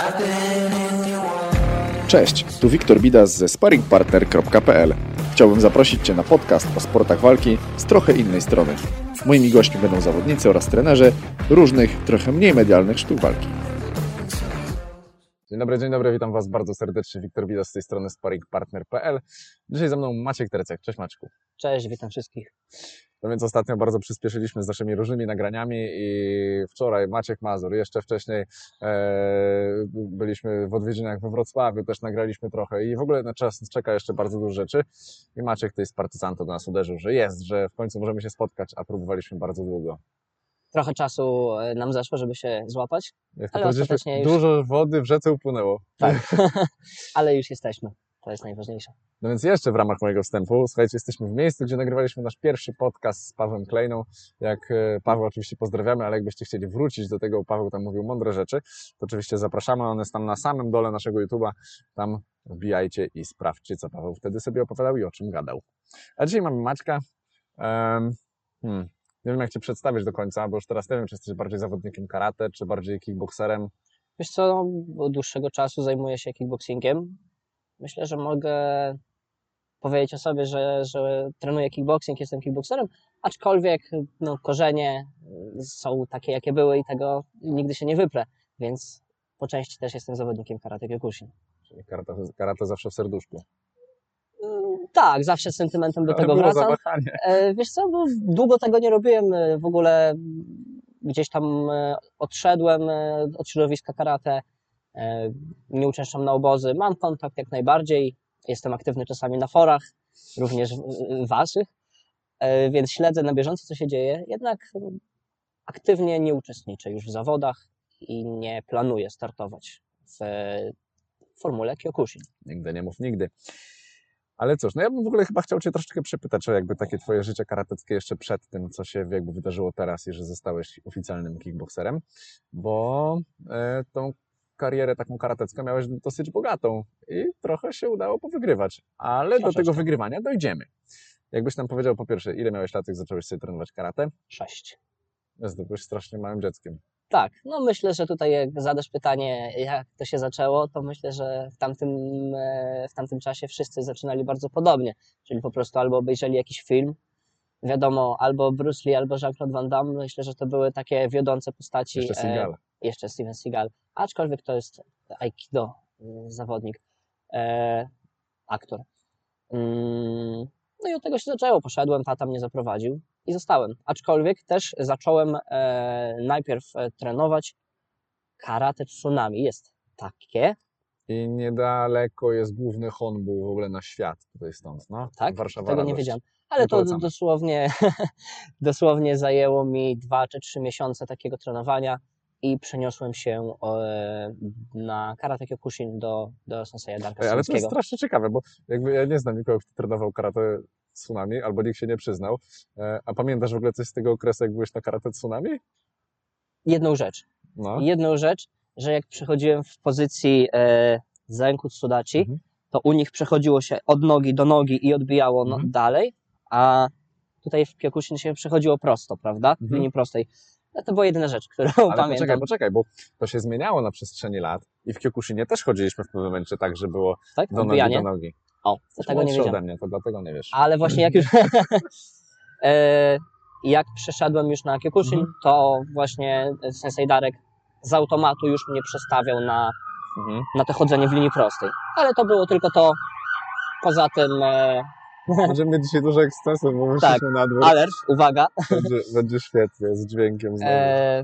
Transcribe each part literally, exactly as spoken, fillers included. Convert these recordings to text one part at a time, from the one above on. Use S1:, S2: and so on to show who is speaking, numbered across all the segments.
S1: Cześć, tu Wiktor Bidas ze sparring partner kropka p l. Chciałbym zaprosić Cię na podcast o sportach walki z trochę innej strony. Moimi gośćmi będą zawodnicy oraz trenerzy różnych, trochę mniej medialnych sztuk walki. Dzień dobry, dzień dobry, witam Was bardzo serdecznie. Wiktor Bidas z tej strony sparring partner kropka p l. Dzisiaj ze mną Maciek Terecek. Cześć Maćku.
S2: Cześć, witam wszystkich.
S1: No więc ostatnio bardzo przyspieszyliśmy z naszymi różnymi nagraniami i wczoraj Maciek Mazur, jeszcze wcześniej e, byliśmy w odwiedzinach we Wrocławiu, też nagraliśmy trochę i w ogóle na czas czeka jeszcze bardzo dużo rzeczy i Maciek tutaj z partyzantu do nas uderzył, że jest, że w końcu możemy się spotkać, a próbowaliśmy bardzo długo.
S2: Trochę czasu nam zeszło, żeby się złapać,
S1: Jak
S2: ale ostatecznie już...
S1: Dużo wody w rzece upłynęło.
S2: Tak, ale już jesteśmy. To jest najważniejsze.
S1: No więc jeszcze w ramach mojego wstępu, słuchajcie, jesteśmy w miejscu, gdzie nagrywaliśmy nasz pierwszy podcast z Pawłem Klejną. Jak Paweł oczywiście pozdrawiamy, ale jakbyście chcieli wrócić do tego, Paweł tam mówił mądre rzeczy, to oczywiście zapraszamy, on jest tam na samym dole naszego YouTube'a, tam wbijajcie i sprawdźcie, co Paweł wtedy sobie opowiadał i o czym gadał. A dzisiaj mamy Maćka. Um, hmm, nie wiem, jak Cię przedstawić do końca, bo już teraz nie wiem, czy jesteś bardziej zawodnikiem karate, czy bardziej kickboxerem.
S2: Wiesz co, od dłuższego czasu zajmuję się kickboxingiem. Myślę, że mogę powiedzieć o sobie, że, że trenuję kickboxing, jestem kickboxerem, aczkolwiek no, korzenie są takie, jakie były i tego nigdy się nie wyprę, więc po części też jestem zawodnikiem karate Kyokushin.
S1: Czyli karate, karate zawsze w serduszku.
S2: Tak, zawsze z sentymentem do
S1: Ale
S2: tego
S1: było
S2: wracam.
S1: zamachanie.
S2: Wiesz co, bo długo tego nie robiłem, w ogóle gdzieś tam odszedłem od środowiska karate, nie uczęszczam na obozy, mam kontakt jak najbardziej, jestem aktywny czasami na forach, również waszych, więc śledzę na bieżąco, co się dzieje, jednak aktywnie nie uczestniczę już w zawodach i nie planuję startować w formule Kyokushin.
S1: Nigdy nie mów nigdy. Ale cóż, no ja bym w ogóle chyba chciał Cię troszeczkę przepytać o jakby takie Twoje życie karateckie jeszcze przed tym, co się jakby wydarzyło teraz i że zostałeś oficjalnym kickboxerem, bo e, tą karierę taką karatecką miałeś dosyć bogatą i trochę się udało powygrywać, ale
S2: Troszeczkę.
S1: do tego wygrywania dojdziemy. Jakbyś nam powiedział po pierwsze, ile miałeś lat, jak zacząłeś sobie trenować karate?
S2: Sześć.
S1: Jezu, byłeś strasznie małym dzieckiem.
S2: Tak, no myślę, że tutaj jak zadasz pytanie, jak to się zaczęło, to myślę, że w tamtym, w tamtym czasie wszyscy zaczynali bardzo podobnie, czyli po prostu albo obejrzeli jakiś film, wiadomo, albo Bruce Lee, albo Jean-Claude Van Damme, myślę, że to były takie wiodące postaci.
S1: Jeszcze Seagal.
S2: E, jeszcze Steven Seagal, aczkolwiek to jest Aikido zawodnik, e, aktor. Mm, no i od tego się zaczęło, poszedłem, tata mnie zaprowadził i zostałem. Aczkolwiek też zacząłem e, najpierw e, trenować karate tsunami. Jest takie.
S1: I niedaleko jest główny Honbu w ogóle na świat, tutaj stąd, no.
S2: Tak?
S1: Warszawa
S2: Tego nie
S1: Radość.
S2: wiedziałem. Ale
S1: Nie
S2: to
S1: polecamy.
S2: dosłownie, dosłownie zajęło mi dwa czy trzy miesiące takiego trenowania i przeniosłem się e, na karate Kyokushin do, do senseja Darka
S1: Ej, ale to jest
S2: Szymańskiego.
S1: strasznie ciekawe, bo jakby ja nie znam nikogo, kto trenował karate tsunami, albo nikt się nie przyznał. E, a pamiętasz w ogóle coś z tego okresu, jak byłeś na karate tsunami?
S2: Jedną rzecz.
S1: No.
S2: Jedną rzecz, że jak przechodziłem w pozycji e, Zenku Tsudachi,
S1: Mhm.
S2: to u nich przechodziło się od nogi do nogi i odbijało no,
S1: Mhm.
S2: dalej, a tutaj w Kyokushin się przechodziło prosto, prawda? W
S1: Mhm.
S2: linii prostej. No to była jedyna rzecz, którą
S1: Ale
S2: pamiętam.
S1: poczekaj, poczekaj, bo to się zmieniało na przestrzeni lat i w Kyokushinie też chodziliśmy w pewnym momencie tak, że było
S2: Tak?
S1: do nogi
S2: Odbijanie?
S1: do nogi.
S2: O, to
S1: Jesteś
S2: tego nie
S1: młodszy
S2: wiedziałem.
S1: ode mnie, to dlatego nie wiesz.
S2: Ale właśnie jak już e, jak przeszedłem już na Kyokushin,
S1: Mhm.
S2: to właśnie sensei Darek z automatu już mnie przestawiał na,
S1: Mhm.
S2: na to chodzenie w linii prostej. Ale to było tylko to. Poza tym e,
S1: Będziemy mieć dzisiaj dużo ekscesów, bo
S2: Tak.
S1: wyszliśmy na dwór.
S2: alert, uwaga.
S1: Będzie, będzie świetnie, z dźwiękiem znowu.
S2: E,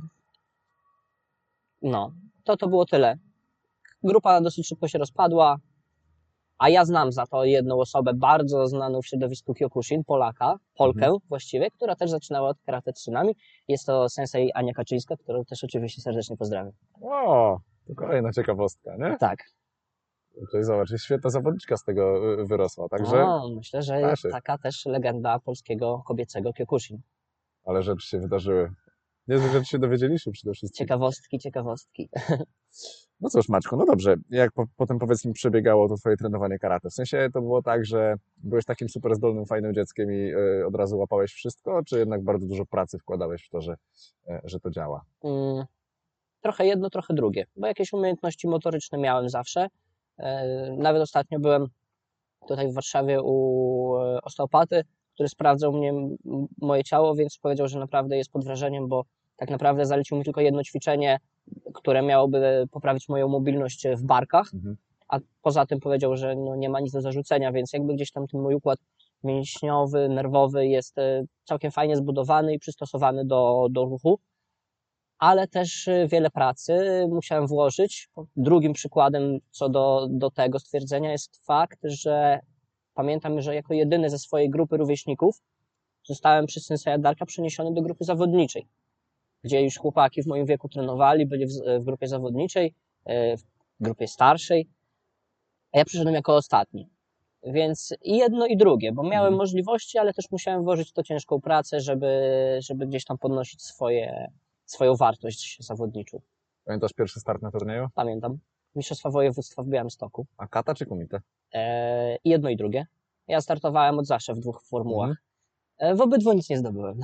S2: no, to to było tyle. Grupa dosyć szybko się rozpadła, a ja znam za to jedną osobę bardzo znaną w środowisku Kyokushin, Polaka, Polkę
S1: Mhm.
S2: właściwie, która też zaczynała od karate tsunami. Jest to sensei Ania Kaczyńska, którą też oczywiście serdecznie pozdrawiam.
S1: O, to kolejna ciekawostka, nie?
S2: Tak.
S1: Czyli zobacz, jest świetna zawodniczka z tego y, wyrosła, także,
S2: No, myślę, że jest
S1: Kaszy.
S2: taka też legenda polskiego kobiecego Kyokushin.
S1: ale rzeczy się wydarzyły. Niezłe rzeczy się dowiedzieliśmy przede wszystkim.
S2: Ciekawostki, ciekawostki.
S1: No cóż, Maćku, no dobrze. Jak po, potem powiedz mi przebiegało to twoje trenowanie karate? W sensie to było tak, że byłeś takim super zdolnym, fajnym dzieckiem i y, od razu łapałeś wszystko, czy jednak bardzo dużo pracy wkładałeś w to, że, y, że to działa?
S2: Mm, trochę jedno, trochę drugie, bo jakieś umiejętności motoryczne miałem zawsze. Nawet ostatnio byłem tutaj w Warszawie u osteopaty, który sprawdzał mnie, moje ciało, więc powiedział, że naprawdę jest pod wrażeniem, bo tak naprawdę zalecił mi tylko jedno ćwiczenie, które miałoby poprawić moją mobilność w barkach,
S1: Mhm.
S2: a poza tym powiedział, że no nie ma nic do zarzucenia, więc jakby gdzieś tam ten mój układ mięśniowy, nerwowy jest całkiem fajnie zbudowany i przystosowany do, do ruchu, ale też wiele pracy musiałem włożyć. Drugim przykładem co do, do tego stwierdzenia jest fakt, że pamiętam, że jako jedyny ze swojej grupy rówieśników zostałem przez Senseja Darka przeniesiony do grupy zawodniczej, gdzie już chłopaki w moim wieku trenowali, byli w, w grupie zawodniczej, w grupie starszej, a ja przyszedłem jako ostatni. Więc i jedno i drugie, bo miałem
S1: Mhm.
S2: możliwości, ale też musiałem włożyć w to ciężką pracę, żeby, żeby gdzieś tam podnosić swoje, swoją wartość zawodniczą.
S1: Pamiętasz pierwszy start na turnieju?
S2: Pamiętam. Mistrzostwa województwa w Białymstoku.
S1: A kata czy kumite?
S2: E, I jedno i drugie. Ja startowałem od zawsze w dwóch formułach.
S1: Mhm.
S2: E, w obydwu nic nie zdobyłem.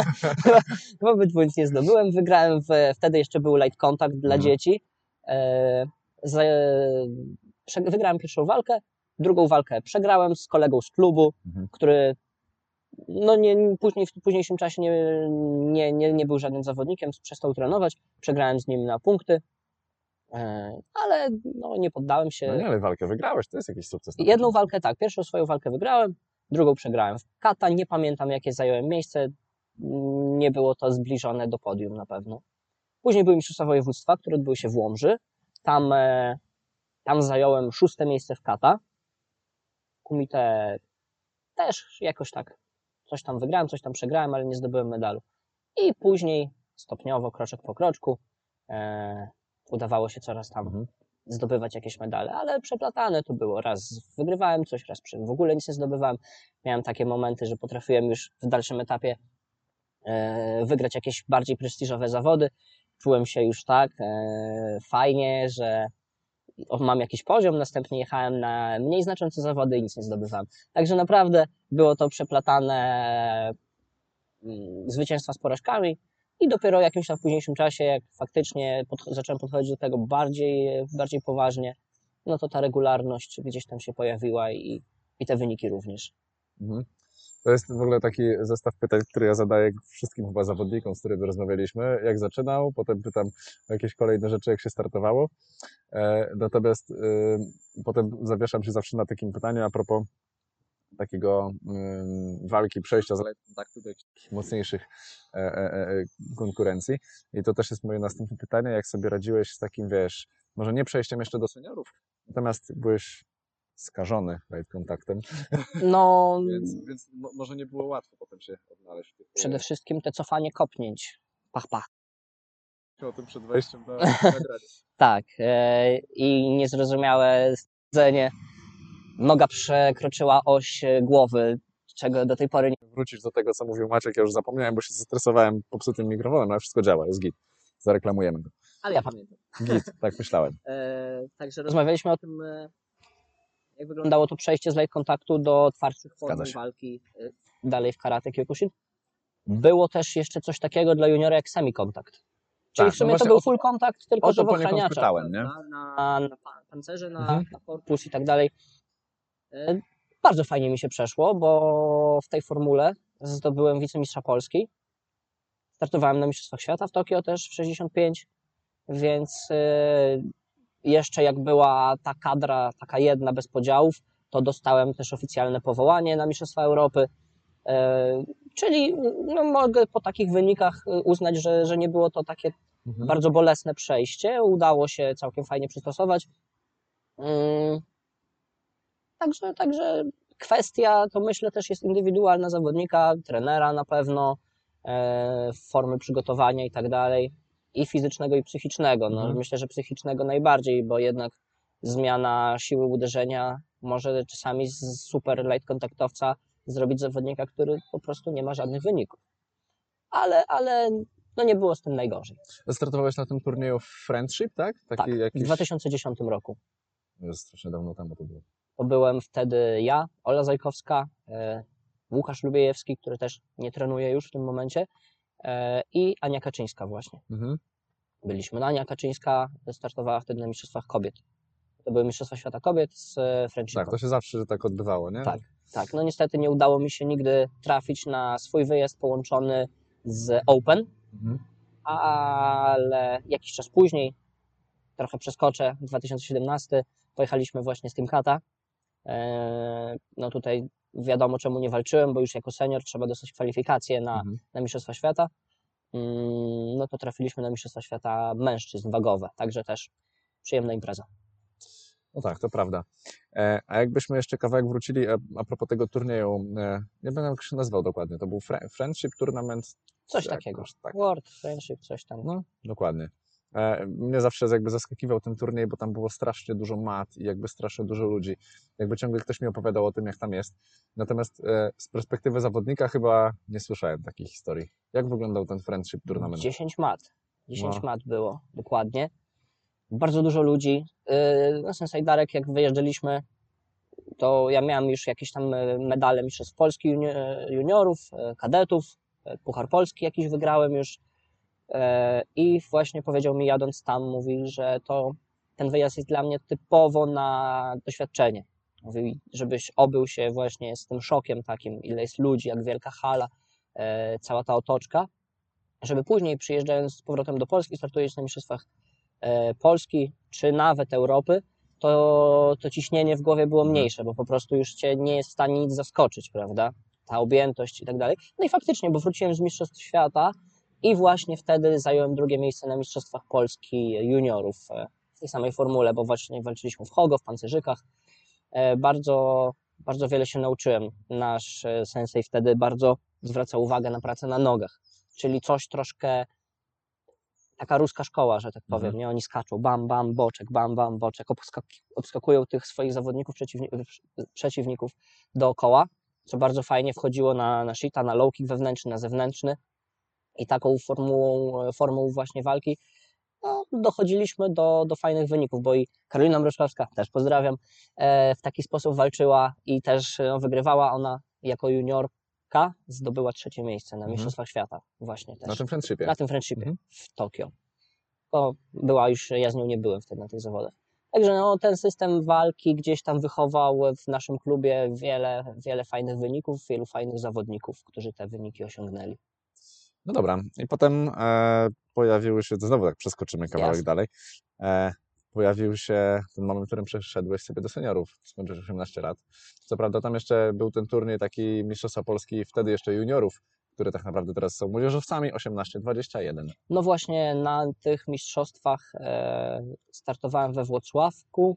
S2: w obydwu nic nie zdobyłem. Wygrałem, w, wtedy jeszcze był light contact dla
S1: Mhm.
S2: dzieci. E, za, prze, wygrałem pierwszą walkę, drugą walkę przegrałem z kolegą z klubu,
S1: Mhm.
S2: który no nie, później, w późniejszym czasie nie, nie, nie, nie był żadnym zawodnikiem, przestał trenować. Przegrałem z nim na punkty. Ale no, nie poddałem się.
S1: No nie, ale walkę wygrałeś, to jest jakiś sukces. na
S2: Jedną
S1: pewno.
S2: walkę tak, pierwszą swoją walkę wygrałem, drugą przegrałem w kata, nie pamiętam jakie zająłem miejsce, nie było to zbliżone do podium na pewno. Później były mistrzostwa województwa, które odbyły się w Łomży, tam, e, tam zająłem szóste miejsce w kata, kumite też jakoś tak, coś tam wygrałem, coś tam przegrałem, ale nie zdobyłem medalu. I później stopniowo, kroczek po kroczku, e, udawało się coraz tam
S1: Mhm.
S2: zdobywać jakieś medale, ale przeplatane to było. Raz wygrywałem coś, raz w ogóle nic nie zdobywałem. Miałem takie momenty, że potrafiłem już w dalszym etapie e, wygrać jakieś bardziej prestiżowe zawody. Czułem się już tak e, fajnie, że mam jakiś poziom, następnie jechałem na mniej znaczące zawody i nic nie zdobywałem. Także naprawdę było to przeplatane mm, zwycięstwa z porażkami. I dopiero w jakimś tam późniejszym czasie, jak faktycznie pod, zacząłem podchodzić do tego bardziej, bardziej poważnie, no to ta regularność gdzieś tam się pojawiła i, i te wyniki również.
S1: Mhm. To jest w ogóle taki zestaw pytań, który ja zadaję wszystkim chyba zawodnikom, z którymi rozmawialiśmy. Jak zaczynał, potem pytam o jakieś kolejne rzeczy, jak się startowało. E, natomiast y, potem zawieszam się zawsze na takim pytaniu a propos takiego y, walki, przejścia z light kontaktu do jakichś mocniejszych e, e, e, konkurencji. I to też jest moje następne pytanie, jak sobie radziłeś z takim, wiesz, może nie przejściem jeszcze do seniorów, natomiast byłeś skażony light kontaktem,
S2: No,
S1: więc, więc mo- może nie było łatwo potem się odnaleźć w tych,
S2: przede wszystkim te cofanie kopnięć. Pach, pach.
S1: o tym przed wejściem na nagranie.
S2: Tak. E, I niezrozumiałe stwierdzenie. Noga przekroczyła oś głowy, czego do tej pory nie.
S1: Wrócić do tego, co mówił Maciek, ja już zapomniałem, bo się zestresowałem popsutym mikrofonem, ale wszystko działa, jest git. Zareklamujemy go.
S2: Ale ja pamiętam.
S1: Git, tak myślałem.
S2: E, także rozmawialiśmy o tym, e, jak wyglądało to przejście z light kontaktu do twardszych form
S1: Zgadza się.
S2: walki e, dalej w karate Kyokushin. Było też jeszcze coś takiego dla juniora jak semi-kontakt. Czyli
S1: Tak,
S2: w sumie
S1: no
S2: to
S1: właśnie
S2: był
S1: o to-
S2: full kontakt, tylko
S1: o to
S2: że w
S1: poniekąd
S2: ochraniaczach,
S1: pytałem, nie?
S2: prawda? Na, na pa- pancerze, na,
S1: Mhm.
S2: na korpus i tak dalej. E, Bardzo fajnie mi się przeszło, bo w tej formule zdobyłem wicemistrza Polski. Startowałem na Mistrzostwach Świata w Tokio też w sześćdziesiąt pięć, więc e, jeszcze jak była ta kadra, taka jedna bez podziałów, to dostałem też oficjalne powołanie na Mistrzostwa Europy. E, Czyli no, mogę po takich wynikach uznać, że, że nie było to takie
S1: Mhm.
S2: bardzo bolesne przejście. Udało się całkiem fajnie przystosować. Mm, Także, także kwestia to myślę też jest indywidualna zawodnika, trenera na pewno, e, formy przygotowania i tak dalej, i fizycznego i psychicznego. No,
S1: Mhm.
S2: myślę, że psychicznego najbardziej, bo jednak zmiana siły uderzenia może czasami z super light kontaktowca zrobić zawodnika, który po prostu nie ma żadnych wyników. Ale, ale no nie było z tym najgorzej.
S1: Startowałeś na tym turnieju Friendship, tak? Taki
S2: Tak, w
S1: jakiś...
S2: dwa tysiące dziesiątym roku.
S1: Jest strasznie dawno temu to było.
S2: To byłem wtedy ja, Ola Zajkowska, e, Łukasz Lubiejewski, który też nie trenuje już w tym momencie, e, i Ania Kaczyńska właśnie.
S1: Mhm.
S2: byliśmy. No, Ania Kaczyńska startowała wtedy na Mistrzostwach Kobiet. To były Mistrzostwa Świata Kobiet z e, friendshipu.
S1: Tak, to się zawsze tak odbywało, nie?
S2: Tak, tak. No niestety nie udało mi się nigdy trafić na swój wyjazd połączony z Open,
S1: Mhm.
S2: ale jakiś czas później, trochę przeskoczę, dwa tysiące siedemnasty, pojechaliśmy właśnie z Team Kata. E, No tutaj wiadomo, czemu nie walczyłem, bo już jako senior trzeba dostać kwalifikacje na,
S1: Mhm.
S2: na Mistrzostwa Świata. Mm, No to trafiliśmy na Mistrzostwa Świata mężczyzn wagowe, także też przyjemna impreza.
S1: No tak, to prawda. E, a jakbyśmy jeszcze kawałek wrócili a, a propos tego turnieju, e, nie będę jak się nazywał dokładnie, to był fre, Friendship Tournament?
S2: Coś
S1: Jakoś
S2: takiego.
S1: tak.
S2: World Friendship, coś tam.
S1: No, dokładnie. E, mnie zawsze jakby zaskakiwał ten turniej, bo tam było strasznie dużo mat i jakby strasznie dużo ludzi. Jakby ciągle ktoś mi opowiadał o tym, jak tam jest. Natomiast e, z perspektywy zawodnika chyba nie słyszałem takiej historii. Jak wyglądał ten Friendship Tournament?
S2: dziesięć mat. dziesięć
S1: No.
S2: mat było, dokładnie. Bardzo dużo ludzi. Yy, No Sensei Darek, jak wyjeżdżaliśmy, to ja miałem już jakieś tam e, medale Mistrzostw Polski juni- e, juniorów, e, kadetów, e, Puchar Polski jakiś wygrałem już. E, I właśnie powiedział mi jadąc tam, mówi, że to ten wyjazd jest dla mnie typowo na doświadczenie. Mówi, żebyś obył się właśnie z tym szokiem takim, ile jest ludzi, jak wielka hala, e, cała ta otoczka, żeby później przyjeżdżając z powrotem do Polski, startujesz na Mistrzostwach e, Polski, czy nawet Europy, to, to ciśnienie w głowie było
S1: Mhm.
S2: mniejsze, bo po prostu już cię nie jest w stanie nic zaskoczyć, prawda? Ta objętość i tak dalej. No i faktycznie, bo wróciłem z Mistrzostw Świata i właśnie wtedy zająłem drugie miejsce na Mistrzostwach Polski juniorów e, w tej samej formule, bo właśnie walczyliśmy w Hogo, w pancerzykach. E, Bardzo, bardzo wiele się nauczyłem. Nasz e, sensei wtedy bardzo zwraca uwagę na pracę na nogach, czyli coś troszkę taka ruska szkoła, że tak powiem,
S1: Mhm.
S2: nie? Oni skaczą bam, bam, boczek, bam, bam, boczek, obskak- obskakują tych swoich zawodników, przeciwni- przeciwników dookoła, co bardzo fajnie wchodziło na, na shita, na low kick wewnętrzny, na zewnętrzny i taką formułą, formą właśnie walki no, dochodziliśmy do, do fajnych wyników, bo i Karolina Mroczkowska, też pozdrawiam, e, w taki sposób walczyła i też no, wygrywała ona jako juniorka, zdobyła trzecie miejsce na
S1: Mhm.
S2: Mistrzostwach Świata właśnie też.
S1: Na tym Friendshipie?
S2: Na tym friendshipie
S1: Mhm.
S2: w Tokio. To była już, ja z nią nie byłem wtedy na tych zawodach. Także no, ten system walki gdzieś tam wychował w naszym klubie wiele, wiele fajnych wyników, wielu fajnych zawodników, którzy te wyniki osiągnęli.
S1: No dobra, i potem e, pojawiły się, to znowu tak przeskoczymy kawałek
S2: Jasne.
S1: dalej, e, pojawił się ten moment, w którym przeszedłeś sobie do seniorów, skończyłeś osiemnaście lat. Co prawda tam jeszcze był ten turniej taki Mistrzostwa Polski, wtedy jeszcze juniorów, które tak naprawdę teraz są młodzieżowcami, osiemnaście dwadzieścia jeden.
S2: No właśnie na tych mistrzostwach e, startowałem we Włocławku,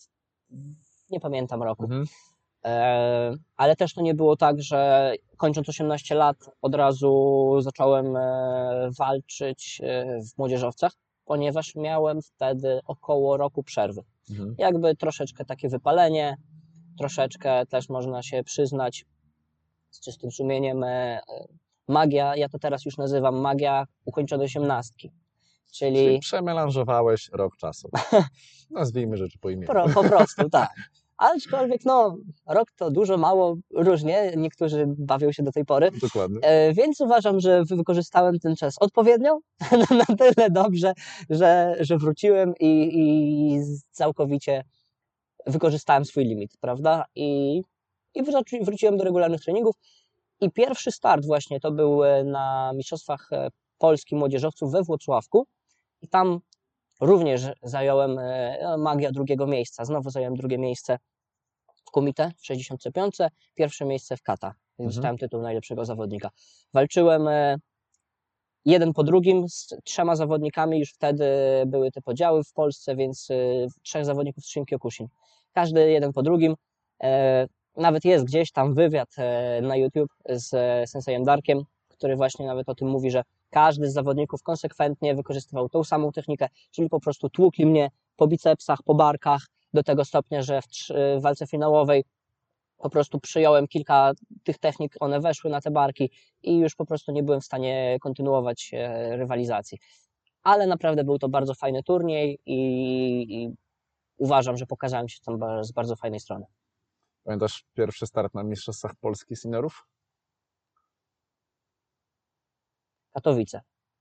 S2: nie pamiętam roku,
S1: Mhm.
S2: e, ale też to nie było tak, że kończąc osiemnaście lat od razu zacząłem e, walczyć e, w młodzieżowcach, ponieważ miałem wtedy około roku przerwy.
S1: Mhm.
S2: Jakby troszeczkę takie wypalenie, troszeczkę też można się przyznać z czystym sumieniem e, magia, ja to teraz już nazywam magia ukończonej osiemnastki.
S1: Czyli
S2: Czyli
S1: przemelanżowałeś rok czasu. Nazwijmy rzeczy po imieniu.
S2: po, po prostu tak. Aczkolwiek no, rok to dużo, mało, różnie. Niektórzy bawią się do tej pory.
S1: Dokładnie.
S2: E, więc uważam, że wykorzystałem ten czas odpowiednio, na tyle dobrze, że, że wróciłem i, i całkowicie wykorzystałem swój limit, prawda? I, i wróci- wróciłem do regularnych treningów. I pierwszy start właśnie to był e, na Mistrzostwach e, Polski Młodzieżowców we Włocławku. I tam również zająłem e, magia drugiego miejsca. Znowu zająłem drugie miejsce w kumite w sześćdziesiątce pięć, pierwsze miejsce w kata.
S1: Mhm.
S2: Dostałem tytuł najlepszego zawodnika. Walczyłem e, jeden po drugim z trzema zawodnikami. Już wtedy były te podziały w Polsce, więc e, trzech zawodników z Shin Kyokushin. Każdy jeden po drugim. E, Nawet jest gdzieś tam wywiad e, na YouTube z e, Sensejem Darkiem, który właśnie nawet o tym mówi, że każdy z zawodników konsekwentnie wykorzystywał tą samą technikę, czyli po prostu tłukli mnie po bicepsach, po barkach, do tego stopnia, że w, w walce finałowej po prostu przyjąłem kilka tych technik, one weszły na te barki i już po prostu nie byłem w stanie kontynuować e, rywalizacji. Ale naprawdę był to bardzo fajny turniej i, i uważam, że pokazałem się tam ba- z bardzo fajnej strony.
S1: Pamiętasz pierwszy start na Mistrzostwach Polski seniorów?
S2: Katowice.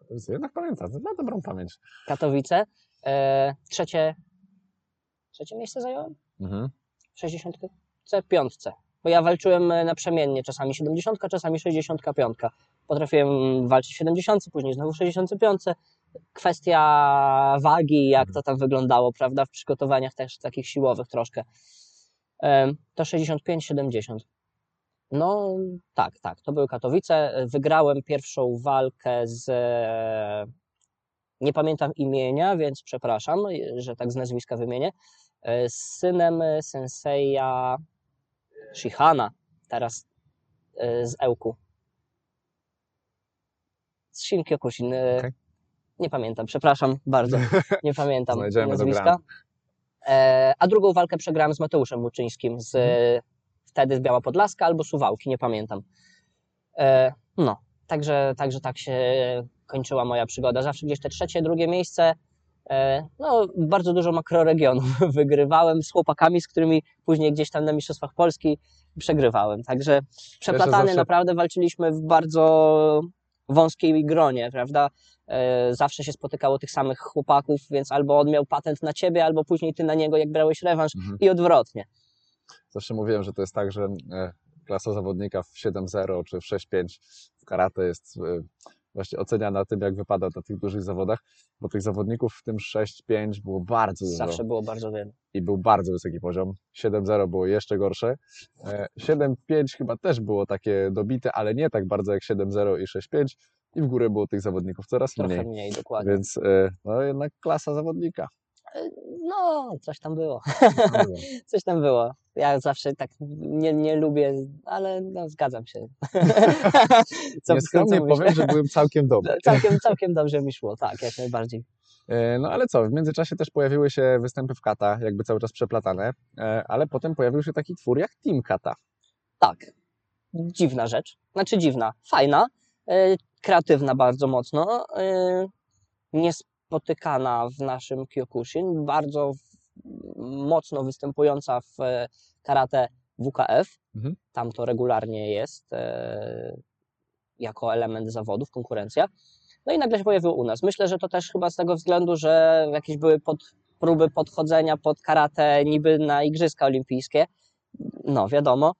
S1: Jednak pamiętam, ma dobrą pamięć.
S2: Katowice. E, trzecie, trzecie miejsce zająłem?
S1: Mhm.
S2: W sześćdziesiątce piątce. Bo ja walczyłem na przemiennie, czasami siedemdziesiątka, czasami sześćdziesiątka piątka. Potrafiłem walczyć w siedemdziesiątce, później znowu w sześćdziesiątce piątce. Kwestia wagi, jak to tam wyglądało, prawda, w przygotowaniach też takich siłowych troszkę. E, to sześćdziesiąt pięć siedemdziesiąt. No tak, tak, to były Katowice. Wygrałem pierwszą walkę z, nie pamiętam imienia, więc przepraszam, że tak z nazwiska wymienię, z synem senseja Shihana, teraz z Ełku. Z Shin Kyokushin.
S1: Okay.
S2: Nie pamiętam, przepraszam bardzo, nie pamiętam
S1: Znajdziemy
S2: nazwiska. A drugą walkę przegrałem z Mateuszem Łuczyńskim, z, mhm. wtedy z Biała Podlaska albo Suwałki, nie pamiętam. No, także, także tak się kończyła moja przygoda. Zawsze gdzieś te trzecie, drugie miejsce. No, bardzo dużo makroregionów wygrywałem z chłopakami, z którymi później gdzieś tam na Mistrzostwach Polski przegrywałem. Także przeplatany, zawsze... naprawdę walczyliśmy w bardzo wąskiej gronie, prawda? Zawsze się spotykało tych samych chłopaków, więc albo on miał patent na ciebie, albo później ty na niego, jak brałeś rewanż, mhm. i odwrotnie.
S1: Zawsze mówiłem, że to jest tak, że klasa zawodnika w siedem zero czy w sześć pięć w karate jest właśnie oceniana tym, jak wypada na tych dużych zawodach, bo tych zawodników w tym sześć pięć było bardzo dużo.
S2: Zawsze było bardzo wiele.
S1: I był bardzo wysoki poziom. siedem zero było jeszcze gorsze. siedem pięć chyba też było takie dobite, ale nie tak bardzo jak siedem zero i sześć pięć. I w górę było tych zawodników coraz
S2: Trochę
S1: mniej.
S2: mniej, dokładnie.
S1: Więc no jednak klasa zawodnika.
S2: No, coś tam było. Coś tam było. Ja zawsze tak nie, nie lubię, ale no, zgadzam się.
S1: Co, Nieskromnie co powiem, że byłem całkiem dobry.
S2: Całkiem, całkiem dobrze mi szło, tak, jak najbardziej.
S1: No ale co, w międzyczasie też pojawiły się występy w kata, jakby cały czas przeplatane, ale potem pojawił się taki twór jak Team Kata.
S2: Tak. Dziwna rzecz. Znaczy dziwna, fajna, kreatywna bardzo mocno, niespotykana w naszym Kyokushin, bardzo mocno występująca w karate W K F. Mhm. Tam to regularnie jest e, jako element zawodów, konkurencja. No i nagle się pojawił u nas. Myślę, że to też chyba z tego względu, że jakieś były pod, próby podchodzenia pod karate niby na Igrzyska Olimpijskie. No, wiadomo.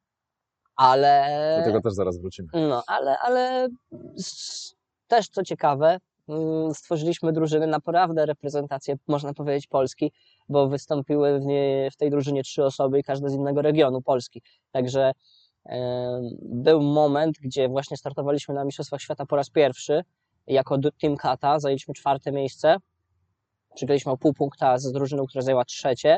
S2: Ale...
S1: Do tego też zaraz wrócimy.
S2: No, ale, ale też co ciekawe, stworzyliśmy drużyny, naprawdę reprezentację, można powiedzieć, Polski, bo wystąpiły w, nie, w tej drużynie trzy osoby i każda z innego regionu Polski. Także e, był moment, gdzie właśnie startowaliśmy na Mistrzostwach Świata po raz pierwszy jako Team Kata, zajęliśmy czwarte miejsce, przegraliśmy o pół punkta z drużyną, która zajęła trzecie.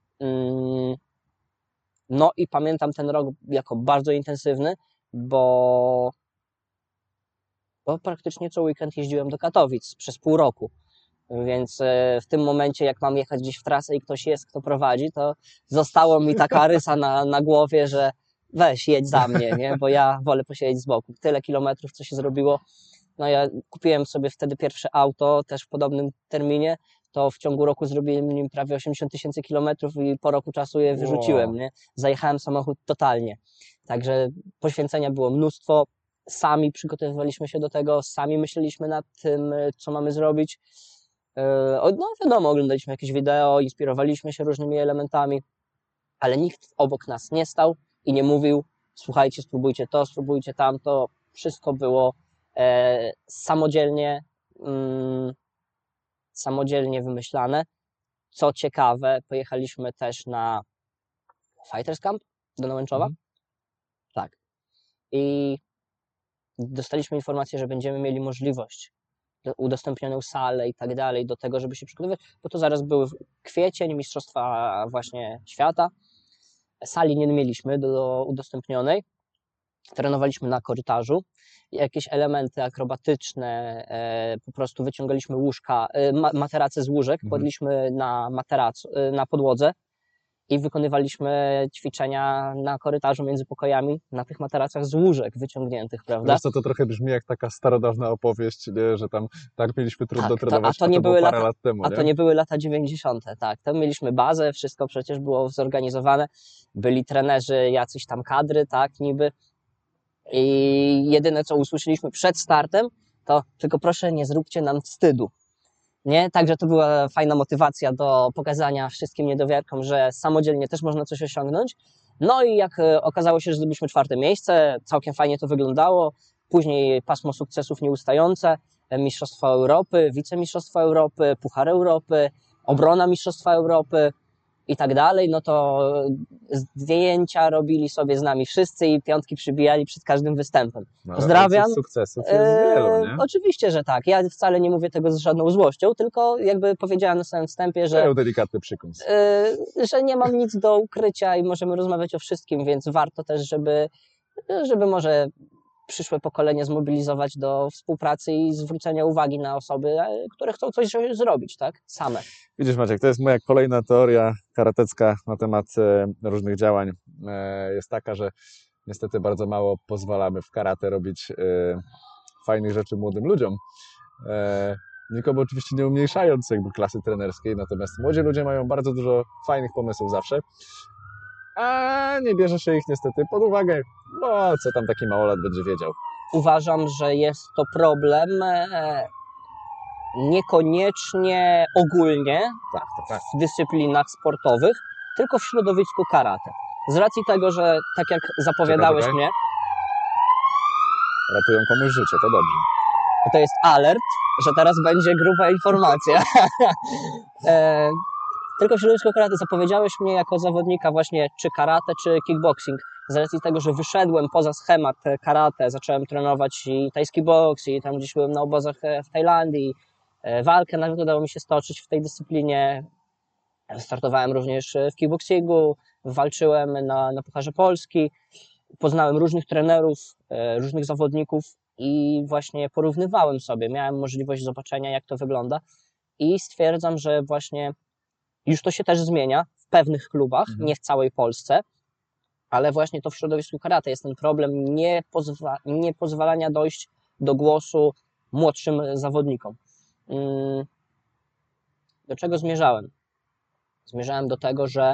S2: No i pamiętam ten rok jako bardzo intensywny, bo bo praktycznie co weekend jeździłem do Katowic przez pół roku, więc w tym momencie, jak mam jechać gdzieś w trasę i ktoś jest, kto prowadzi, to zostało mi taka rysa na, na głowie, że weź, jedź za mnie, nie? Bo ja wolę posiedzieć z boku. Tyle kilometrów, co się zrobiło. No ja kupiłem sobie wtedy pierwsze auto, też w podobnym terminie, to w ciągu roku zrobiłem nim prawie osiemdziesiąt tysięcy kilometrów i po roku czasu je wyrzuciłem, wow. nie? Zajechałem samochód totalnie. Także poświęcenia było mnóstwo. Sami przygotowywaliśmy się do tego, sami myśleliśmy nad tym, co mamy zrobić. No wiadomo, oglądaliśmy jakieś wideo, inspirowaliśmy się różnymi elementami, ale nikt obok nas nie stał i nie mówił, słuchajcie, spróbujcie to, spróbujcie tamto. Wszystko było e, samodzielnie, mm, samodzielnie wymyślane. Co ciekawe, pojechaliśmy też na Fighters Camp do Nałęczowa. Mm. Tak. I dostaliśmy informację, że będziemy mieli możliwość, udostępnioną salę i tak dalej, do tego, żeby się przygotowywać, bo to zaraz były kwiecień, Mistrzostwa właśnie Świata. Sali nie mieliśmy do, do udostępnionej. Trenowaliśmy na korytarzu. Jakieś elementy akrobatyczne, e, po prostu wyciągaliśmy łóżka, e, ma, materace z łóżek, mhm. kładliśmy na materac, e, na podłodze i wykonywaliśmy ćwiczenia na korytarzu między pokojami na tych materacach z łóżek wyciągniętych, prawda?
S1: Wiesz co, to trochę brzmi jak taka starodawna opowieść, nie? Że tam tak mieliśmy trudno
S2: tak,
S1: trenować,
S2: to, a to, nie
S1: to
S2: były
S1: było parę
S2: lata,
S1: lat temu.
S2: A
S1: nie?
S2: to nie były lata dziewięćdziesiąte, tak. Tam mieliśmy bazę, wszystko przecież było zorganizowane, byli trenerzy, jacyś tam kadry, tak, niby. I jedyne, co usłyszeliśmy przed startem, to tylko proszę nie zróbcie nam wstydu. Nie? Także to była fajna motywacja do pokazania wszystkim niedowiarkom, że samodzielnie też można coś osiągnąć. No i jak okazało się, że zdobyliśmy czwarte miejsce, całkiem fajnie to wyglądało. Później pasmo sukcesów nieustające, Mistrzostwa Europy, Wicemistrzostwa Europy, Puchar Europy, obrona Mistrzostwa Europy i tak dalej, no to zdjęcia robili sobie z nami wszyscy i piątki przybijali przed każdym występem.
S1: No,
S2: Pozdrawiam.
S1: Sukcesów jest wielu, nie?
S2: E, oczywiście, że tak. Ja wcale nie mówię tego z żadną złością, tylko jakby powiedziałem na samym wstępie, że,
S1: Miał delikatny przykąs.
S2: e, że nie mam nic do ukrycia i możemy rozmawiać o wszystkim, więc warto też, żeby, żeby może przyszłe pokolenie zmobilizować do współpracy i zwrócenia uwagi na osoby, które chcą coś zrobić, tak? Same.
S1: Widzisz, Maciek, to jest moja kolejna teoria karatecka na temat e, różnych działań. E, jest taka, że niestety bardzo mało pozwalamy w karate robić e, fajnych rzeczy młodym ludziom. E, nikomu oczywiście nie umniejszając jakby klasy trenerskiej, natomiast młodzi ludzie mają bardzo dużo fajnych pomysłów zawsze, a nie bierze się ich niestety pod uwagę, bo co tam taki małolat będzie wiedział.
S2: Uważam, że jest to problem e, niekoniecznie ogólnie
S1: Tak, tak, tak.
S2: w dyscyplinach sportowych, tylko w środowisku karate. Z racji tego, że tak jak zapowiadałeś
S1: Czekaj, czekaj.
S2: mnie,
S1: Ratują komuś życie, to dobrze.
S2: to jest alert, że teraz będzie gruba informacja. e, tylko w środowisku karate zapowiedziałeś mnie jako zawodnika właśnie czy karate, czy kickboxing. Z racji tego, że wyszedłem poza schemat karate, zacząłem trenować i tajski boks, i tam gdzieś byłem na obozach w Tajlandii, walkę nawet udało mi się stoczyć w tej dyscyplinie. Startowałem również w kickboxingu, walczyłem na, na Pucharze Polski, poznałem różnych trenerów, różnych zawodników i właśnie porównywałem sobie, miałem możliwość zobaczenia, jak to wygląda i stwierdzam, że właśnie już to się też zmienia w pewnych klubach,
S1: Mhm.
S2: nie w całej Polsce, ale właśnie to w środowisku karate jest ten problem nie, pozwa nie pozwalania dojść do głosu młodszym zawodnikom. Do czego zmierzałem? Zmierzałem do tego, że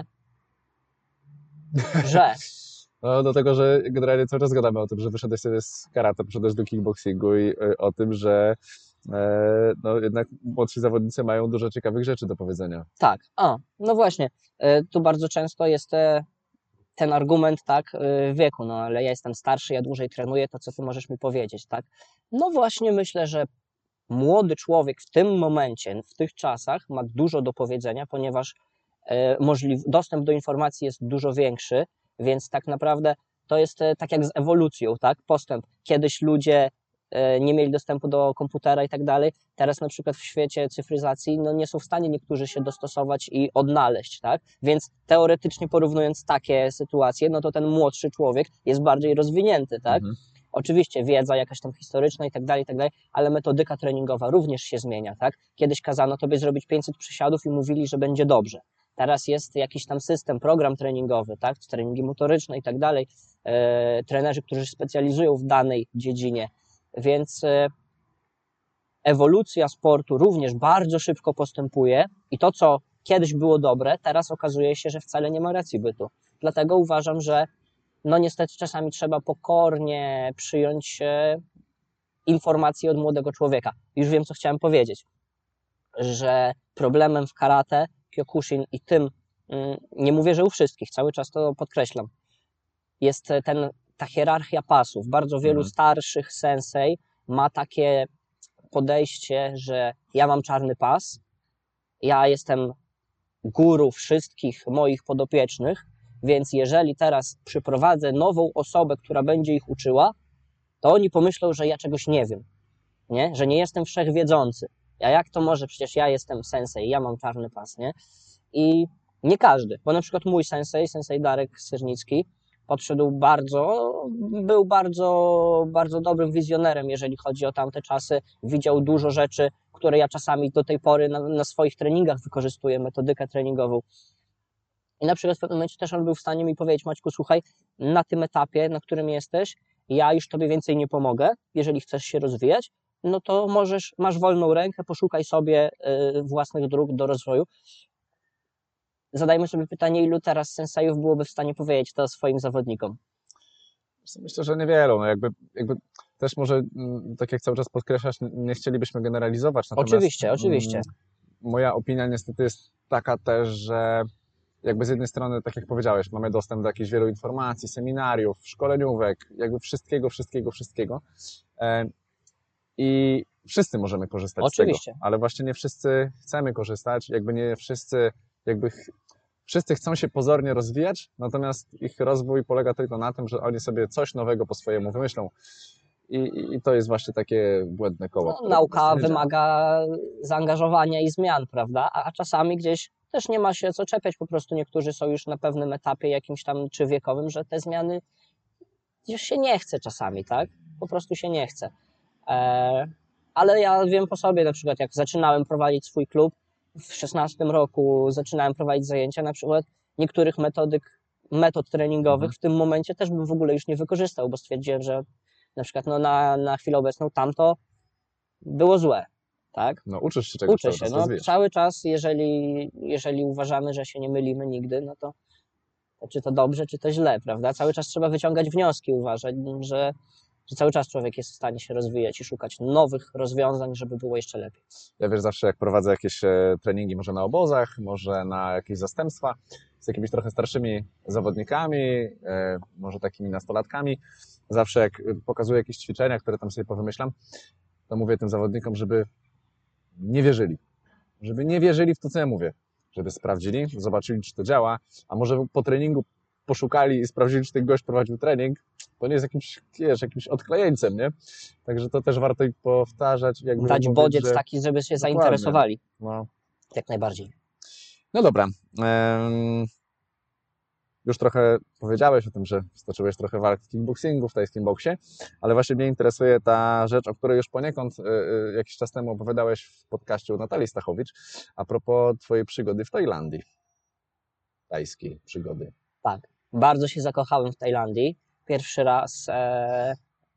S2: że
S1: No do tego, że generalnie cały czas gadamy o tym, że wyszedłeś sobie z karate, przyszedłeś do kickboxingu i y, o tym, że e, no jednak młodsi zawodnicy mają dużo ciekawych rzeczy do powiedzenia.
S2: tak, a, no właśnie, y, tu bardzo często jest y, ten argument, tak, y, wieku, no ale ja jestem starszy, ja dłużej trenuję, to co ty możesz mi powiedzieć, tak? No właśnie myślę, że młody człowiek w tym momencie, w tych czasach ma dużo do powiedzenia, ponieważ y, możliw, dostęp do informacji jest dużo większy, więc tak naprawdę to jest y, tak jak z ewolucją, tak? Postęp. Kiedyś ludzie y, nie mieli dostępu do komputera i tak dalej, teraz na przykład w świecie cyfryzacji no nie są w stanie niektórzy się dostosować i odnaleźć, tak? Więc teoretycznie porównując takie sytuacje, no to ten młodszy człowiek jest bardziej rozwinięty, tak?
S1: Mhm.
S2: Oczywiście wiedza jakaś tam historyczna i tak dalej, i tak dalej, ale metodyka treningowa również się zmienia, tak? Kiedyś kazano tobie zrobić pięćset przysiadów i mówili, że będzie dobrze. Teraz jest jakiś tam system, program treningowy, tak? Treningi motoryczne i tak dalej. E, trenerzy, którzy się specjalizują w danej dziedzinie, więc e, ewolucja sportu również bardzo szybko postępuje i to, co kiedyś było dobre, teraz okazuje się, że wcale nie ma racji bytu. Dlatego uważam, że no niestety czasami trzeba pokornie przyjąć e, informacje od młodego człowieka. Już wiem, co chciałem powiedzieć, że problemem w karate, kyokushin i tym, mm, nie mówię, że u wszystkich, cały czas to podkreślam, jest ten, ta hierarchia pasów. Bardzo wielu
S1: Mhm.
S2: starszych sensei ma takie podejście, że ja mam czarny pas, ja jestem guru wszystkich moich podopiecznych, więc jeżeli teraz przyprowadzę nową osobę, która będzie ich uczyła, to oni pomyślą, że ja czegoś nie wiem, nie? Że nie jestem wszechwiedzący. A jak to może? Przecież ja jestem sensei, ja mam czarny pas, nie? I nie każdy, bo na przykład mój sensei, sensei Darek Syrnicki, podszedł bardzo, był bardzo, bardzo dobrym wizjonerem, jeżeli chodzi o tamte czasy. Widział dużo rzeczy, które ja czasami do tej pory na, na swoich treningach wykorzystuję, metodykę treningową. I na przykład w pewnym momencie też on był w stanie mi powiedzieć: Maćku, słuchaj, na tym etapie, na którym jesteś, ja już tobie więcej nie pomogę, jeżeli chcesz się rozwijać, no to możesz, masz wolną rękę, poszukaj sobie y, własnych dróg do rozwoju. Zadajmy sobie pytanie, ilu teraz sensejów byłoby w stanie powiedzieć to swoim zawodnikom?
S1: Myślę, że niewielu. No jakby, jakby też może, mm, tak jak cały czas podkreślasz, n- nie chcielibyśmy generalizować. Natomiast,
S2: Oczywiście, oczywiście.
S1: mm, moja opinia niestety jest taka też, że jakby z jednej strony, tak jak powiedziałeś, mamy dostęp do jakichś wielu informacji, seminariów, szkoleniówek, jakby wszystkiego, wszystkiego, wszystkiego. E, I wszyscy możemy korzystać
S2: Oczywiście.
S1: z tego, ale właśnie nie wszyscy chcemy korzystać, jakby nie wszyscy, jakby ch- wszyscy chcą się pozornie rozwijać, natomiast ich rozwój polega tylko na tym, że oni sobie coś nowego po swojemu wymyślą. I, i, i to jest właśnie takie błędne koło.
S2: No,
S1: które po
S2: nauka
S1: prostu nie działa.
S2: wymaga zaangażowania i zmian, prawda? A, a czasami gdzieś też nie ma się co czepiać, po prostu niektórzy są już na pewnym etapie jakimś tam, czy wiekowym, że te zmiany już się nie chce czasami, tak? Po prostu się nie chce. E, ale ja wiem po sobie, na przykład jak zaczynałem prowadzić swój klub, w szesnastym roku zaczynałem prowadzić zajęcia, na przykład niektórych metodyk, metod treningowych
S1: Mhm.
S2: w tym momencie też bym w ogóle już nie wykorzystał, bo stwierdziłem, że na przykład no, na, na chwilę obecną tamto było złe, tak?
S1: No uczysz się czegoś,
S2: Uczę
S1: cały
S2: się,
S1: czas
S2: no
S1: rozwijasz.
S2: cały czas, jeżeli, jeżeli uważamy, że się nie mylimy nigdy, no to, to czy to dobrze, czy to źle, prawda? Cały czas trzeba wyciągać wnioski, uważać, że, że cały czas człowiek jest w stanie się rozwijać i szukać nowych rozwiązań, żeby było jeszcze lepiej.
S1: Ja wiesz, zawsze jak prowadzę jakieś e, treningi, może na obozach, może na jakieś zastępstwa z jakimiś trochę starszymi zawodnikami, e, może takimi nastolatkami, zawsze jak e, pokazuję jakieś ćwiczenia, które tam sobie powymyślam, to mówię tym zawodnikom, żeby nie wierzyli. Żeby nie wierzyli w to, co ja mówię. Żeby sprawdzili, zobaczyli, czy to działa, a może po treningu poszukali i sprawdzili, czy ten gość prowadził trening, to nie jest jakimś, wiesz, jakimś odklejeńcem, nie? Także to też warto ich powtarzać. Jakby
S2: Dać
S1: mówić,
S2: bodziec
S1: że...
S2: taki, żeby się
S1: Dokładnie.
S2: zainteresowali.
S1: No,
S2: Jak najbardziej.
S1: no dobra. Em, Już trochę powiedziałeś o tym, że stoczyłeś trochę walk w kickboxingu, w tajskim boksie, ale właśnie mnie interesuje ta rzecz, o której już poniekąd y, y, jakiś czas temu opowiadałeś w podcaście u Natalii Stachowicz, a propos twojej przygody w Tajlandii. Tajskiej przygody.
S2: Tak. Bardzo się zakochałem w Tajlandii. Pierwszy raz e,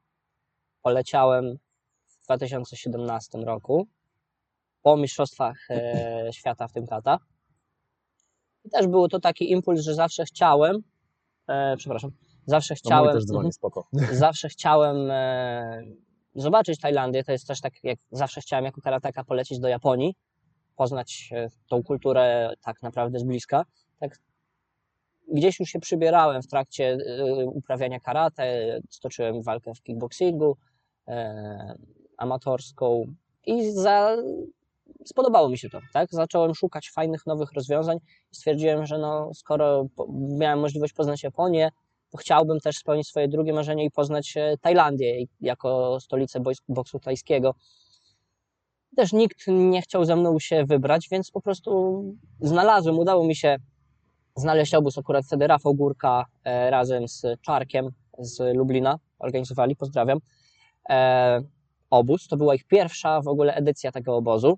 S2: poleciałem w dwa tysiące siedemnastym roku po mistrzostwach e, świata w tym kata. I też był to taki impuls, że zawsze chciałem, e, przepraszam, zawsze
S1: No mój
S2: chciałem,
S1: też dzwoni,
S2: mhm,
S1: spoko.
S2: zawsze chciałem e, zobaczyć Tajlandię. To jest też tak, jak zawsze chciałem jako karateka polecieć do Japonii, poznać e, tą kulturę tak naprawdę z bliska. Tak, gdzieś już się przybierałem w trakcie e, uprawiania karate, stoczyłem walkę w kickboxingu e, amatorską i za, spodobało mi się to, tak? Zacząłem szukać fajnych, nowych rozwiązań i stwierdziłem, że no, skoro po, miałem możliwość poznać Japonię, to chciałbym też spełnić swoje drugie marzenie i poznać e, Tajlandię jako stolicę bojs- boksu tajskiego. Też nikt nie chciał ze mną się wybrać, więc po prostu znalazłem, udało mi się znaleźć obóz. Akurat wtedy Rafał Górka e, razem z Czarkiem z Lublina organizowali, pozdrawiam, e, obóz. To była ich pierwsza w ogóle edycja tego obozu.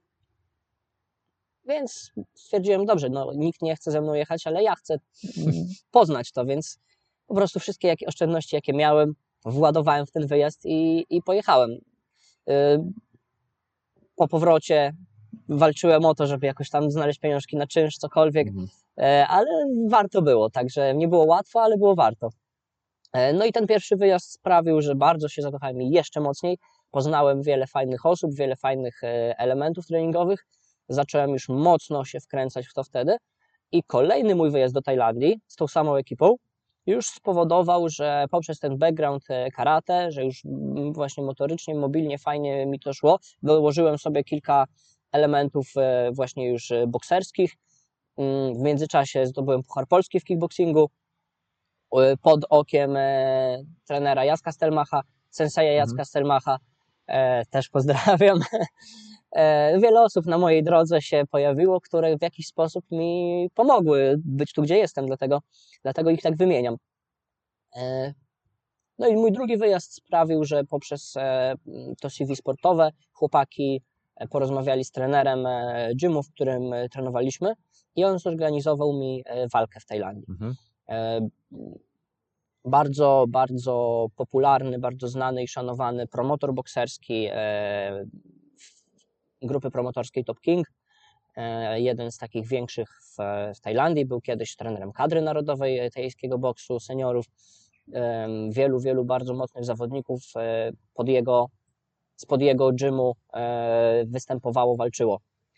S2: Więc stwierdziłem, dobrze, no nikt nie chce ze mną jechać, ale ja chcę poznać to, więc po prostu wszystkie jakie oszczędności, jakie miałem, władowałem w ten wyjazd i, i pojechałem. Y, Po powrocie walczyłem o to, żeby jakoś tam znaleźć pieniążki na czynsz, cokolwiek,
S1: Mhm.
S2: e, ale warto było, także nie było łatwo, ale było warto. E, No i ten pierwszy wyjazd sprawił, że bardzo się zakochałem i jeszcze mocniej. Poznałem wiele fajnych osób, wiele fajnych e, elementów treningowych. Zacząłem już mocno się wkręcać w to wtedy. I kolejny mój wyjazd do Tajlandii z tą samą ekipą już spowodował, że poprzez ten background e, karate, że już mm, właśnie motorycznie, mobilnie, fajnie mi to szło, dołożyłem sobie kilka elementów e, właśnie już e, bokserskich. Mm, W międzyczasie zdobyłem Puchar Polski w kickboxingu e, pod okiem e, trenera Jacka Stelmacha, senseja Jacka
S1: Mhm.
S2: Stelmacha, e, też pozdrawiam. E, Wiele osób na mojej drodze się pojawiło, które w jakiś sposób mi pomogły być tu, gdzie jestem, dlatego, dlatego ich tak wymieniam. E, No i mój drugi wyjazd sprawił, że poprzez e, to C V sportowe chłopaki e, porozmawiali z trenerem e, gymu, w którym e, trenowaliśmy i on zorganizował mi e, walkę w Tajlandii.
S1: Mhm.
S2: E, Bardzo, bardzo popularny, bardzo znany i szanowany promotor bokserski e, grupy promotorskiej Top King, e, jeden z takich większych w, w Tajlandii, był kiedyś trenerem kadry narodowej tajskiego boksu seniorów. em, wielu, wielu bardzo mocnych zawodników e, pod jego, spod jego gymu e, występowało, walczyło.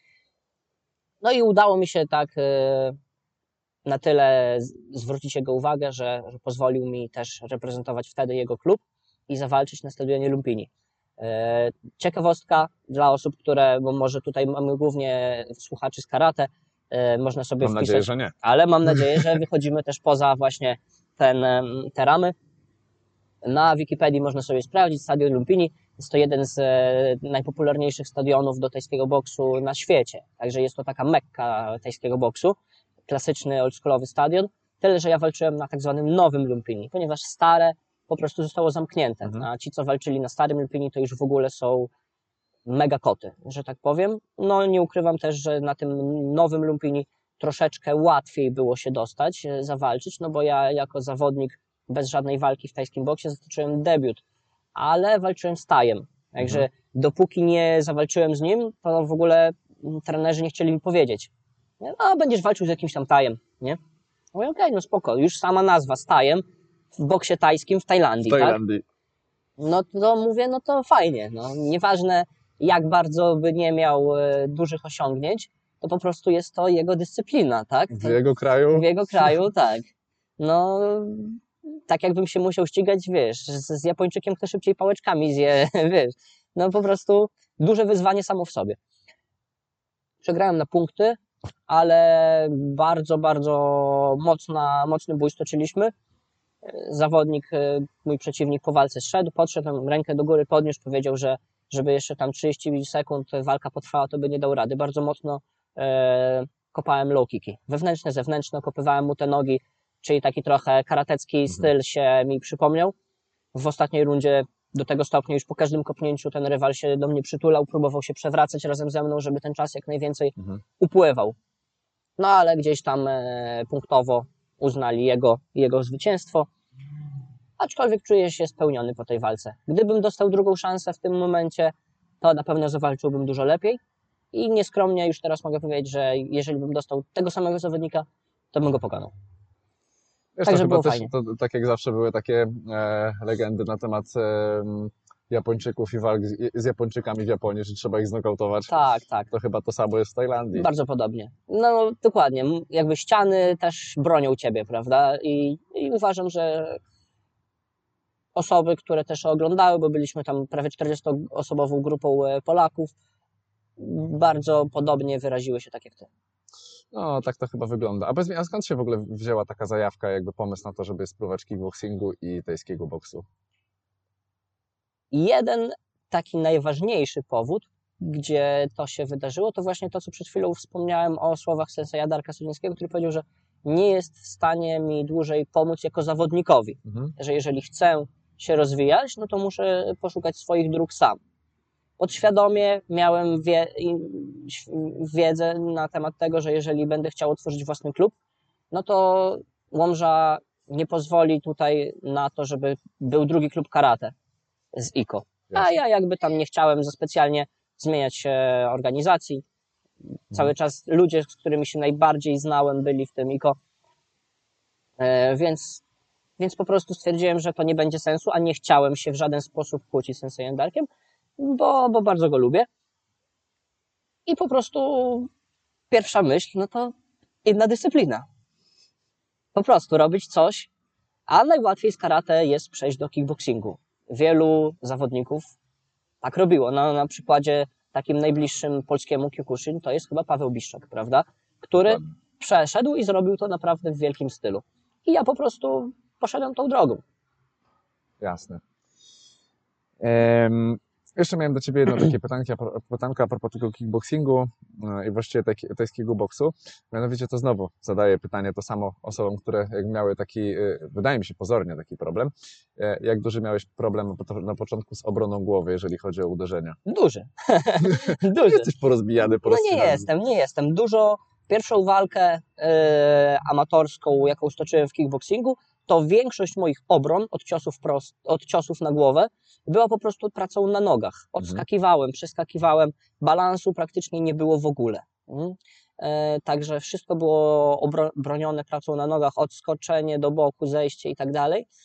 S2: No i udało mi się tak e, na tyle z- zwrócić jego uwagę, że, że pozwolił mi też reprezentować wtedy jego klub i zawalczyć na stadionie Lumpini. E, Ciekawostka dla osób, które, bo może tutaj mamy głównie słuchaczy z karate, e, można sobie
S1: Mam
S2: wpisać,
S1: nadzieję, że nie.
S2: ale mam nadzieję, że wychodzimy też poza właśnie ten, em, te ramy. Na Wikipedii można sobie sprawdzić Stadion Lumpini. Jest to jeden z e, najpopularniejszych stadionów do tajskiego boksu na świecie. Także jest to taka mekka tajskiego boksu. Klasyczny, oldschoolowy stadion. Tyle, że ja walczyłem na tak zwanym nowym Lumpini, ponieważ stare po prostu zostało zamknięte.
S1: Mhm.
S2: A ci, co walczyli na starym Lumpini, to już w ogóle są mega koty, że tak powiem. No nie ukrywam też, że na tym nowym Lumpini troszeczkę łatwiej było się dostać, e, zawalczyć, no bo ja jako zawodnik bez żadnej walki w tajskim boksie zaznaczyłem debiut, ale walczyłem z Tajem. Także
S1: Mhm.
S2: dopóki nie zawalczyłem z nim, to w ogóle mm, trenerzy nie chcieli mi powiedzieć. Nie? A będziesz walczył z jakimś tam Tajem, nie? Mówię, okej, no spoko, już sama nazwa z Tajem w boksie tajskim w Tajlandii,
S1: W
S2: tak?
S1: Tajlandii.
S2: No to mówię, no to fajnie, no nieważne jak bardzo by nie miał e, dużych osiągnięć, to po prostu jest to jego dyscyplina, tak?
S1: W
S2: To,
S1: jego kraju.
S2: w jego kraju, tak. No, tak jakbym się musiał ścigać, wiesz, z, z Japończykiem, kto szybciej pałeczkami zje, wiesz. No po prostu duże wyzwanie samo w sobie. Przegrałem na punkty, ale bardzo, bardzo mocna, mocny bój stoczyliśmy. Zawodnik, e, mój przeciwnik po walce zszedł, podszedł, tam rękę do góry podniósł, powiedział, że żeby jeszcze tam trzydzieści sekund walka potrwała, to by nie dał rady. Bardzo mocno e, kopałem low kicki. Wewnętrzne, zewnętrzne, kopywałem mu te nogi, czyli taki trochę karatecki
S1: Mhm.
S2: styl się mi przypomniał. W ostatniej rundzie do tego stopnia już po każdym kopnięciu ten rywal się do mnie przytulał, próbował się przewracać razem ze mną, żeby ten czas jak najwięcej
S1: Mhm.
S2: upływał. No ale gdzieś tam e, punktowo uznali jego, jego zwycięstwo. Aczkolwiek czuję się spełniony po tej walce. Gdybym dostał drugą szansę w tym momencie, to na pewno zawalczyłbym dużo lepiej. I nieskromnie już teraz mogę powiedzieć, że jeżeli bym dostał tego samego zawodnika, to bym go pokonał.
S1: Wiesz,
S2: Także
S1: to chyba
S2: było
S1: też,
S2: fajnie.
S1: to, tak jak zawsze były takie e, legendy na temat e, Japończyków i walk z, z Japończykami w Japonii, że trzeba ich znokautować.
S2: Tak, tak.
S1: To chyba to samo jest w Tajlandii.
S2: Bardzo podobnie. No dokładnie. M- Jakby ściany też bronią ciebie, prawda? I, i uważam, że osoby, które też oglądały, bo byliśmy tam prawie czterdziestoosobową grupą e, Polaków, bardzo podobnie wyraziły się tak jak ty.
S1: No, tak to chyba wygląda. A powiedz mi, a skąd się w ogóle wzięła taka zajawka, jakby pomysł na to, żeby spróbować kickboxingu i tajskiego boksu?
S2: Jeden taki najważniejszy powód, gdzie to się wydarzyło, to właśnie to, co przed chwilą wspomniałem o słowach senseja Darka Sulińskiego, który powiedział, że nie jest w stanie mi dłużej pomóc jako zawodnikowi.
S1: Mhm.
S2: Że jeżeli chcę się rozwijać, no to muszę poszukać swoich dróg sam. Podświadomie miałem wie, i- wiedzę na temat tego, że jeżeli będę chciał otworzyć własny klub, no to Łomża nie pozwoli tutaj na to, żeby był drugi klub karate z I K O. A
S1: Jasne.
S2: ja jakby tam nie chciałem za specjalnie zmieniać e, organizacji. Cały czas ludzie, z którymi się najbardziej znałem, byli w tym I K O. E, więc, więc po prostu stwierdziłem, że to nie będzie sensu, a nie chciałem się w żaden sposób kłócić z Sensejem Darkiem, bo, bo bardzo go lubię. I po prostu pierwsza myśl, no to inna dyscyplina. Po prostu robić coś, a najłatwiej z karate jest przejść do kickboxingu. Wielu zawodników tak robiło. Na, na przykładzie takim najbliższym polskiemu Kyokushin to jest chyba Paweł Biszczak, prawda? Który
S1: Dokładnie.
S2: przeszedł i zrobił to naprawdę w wielkim stylu. I ja po prostu poszedłem tą drogą.
S1: Jasne. Em, jeszcze miałem do Ciebie jedno takie pytanko, pytanko a propos tego kickboxingu e, i właściwie taj- tajskiego boksu. Mianowicie to znowu zadaję pytanie to samo osobom, które jak miały taki, e, wydaje mi się pozornie taki problem. E, Jak duży miałeś problem po- na początku z obroną głowy, jeżeli chodzi o uderzenia?
S2: Duży. Duży.
S1: Jesteś porozbijany,
S2: No nie
S1: porozcinany.
S2: jestem, nie jestem. Dużo. Pierwszą walkę e, amatorską, jaką stoczyłem w kickboxingu, to większość moich obron od ciosów, prost, od ciosów na głowę była po prostu pracą na nogach. Odskakiwałem, przeskakiwałem, balansu praktycznie nie było w ogóle. Mm. E, także wszystko było obro- bronione pracą na nogach, odskoczenie do boku, zejście i tak dalej.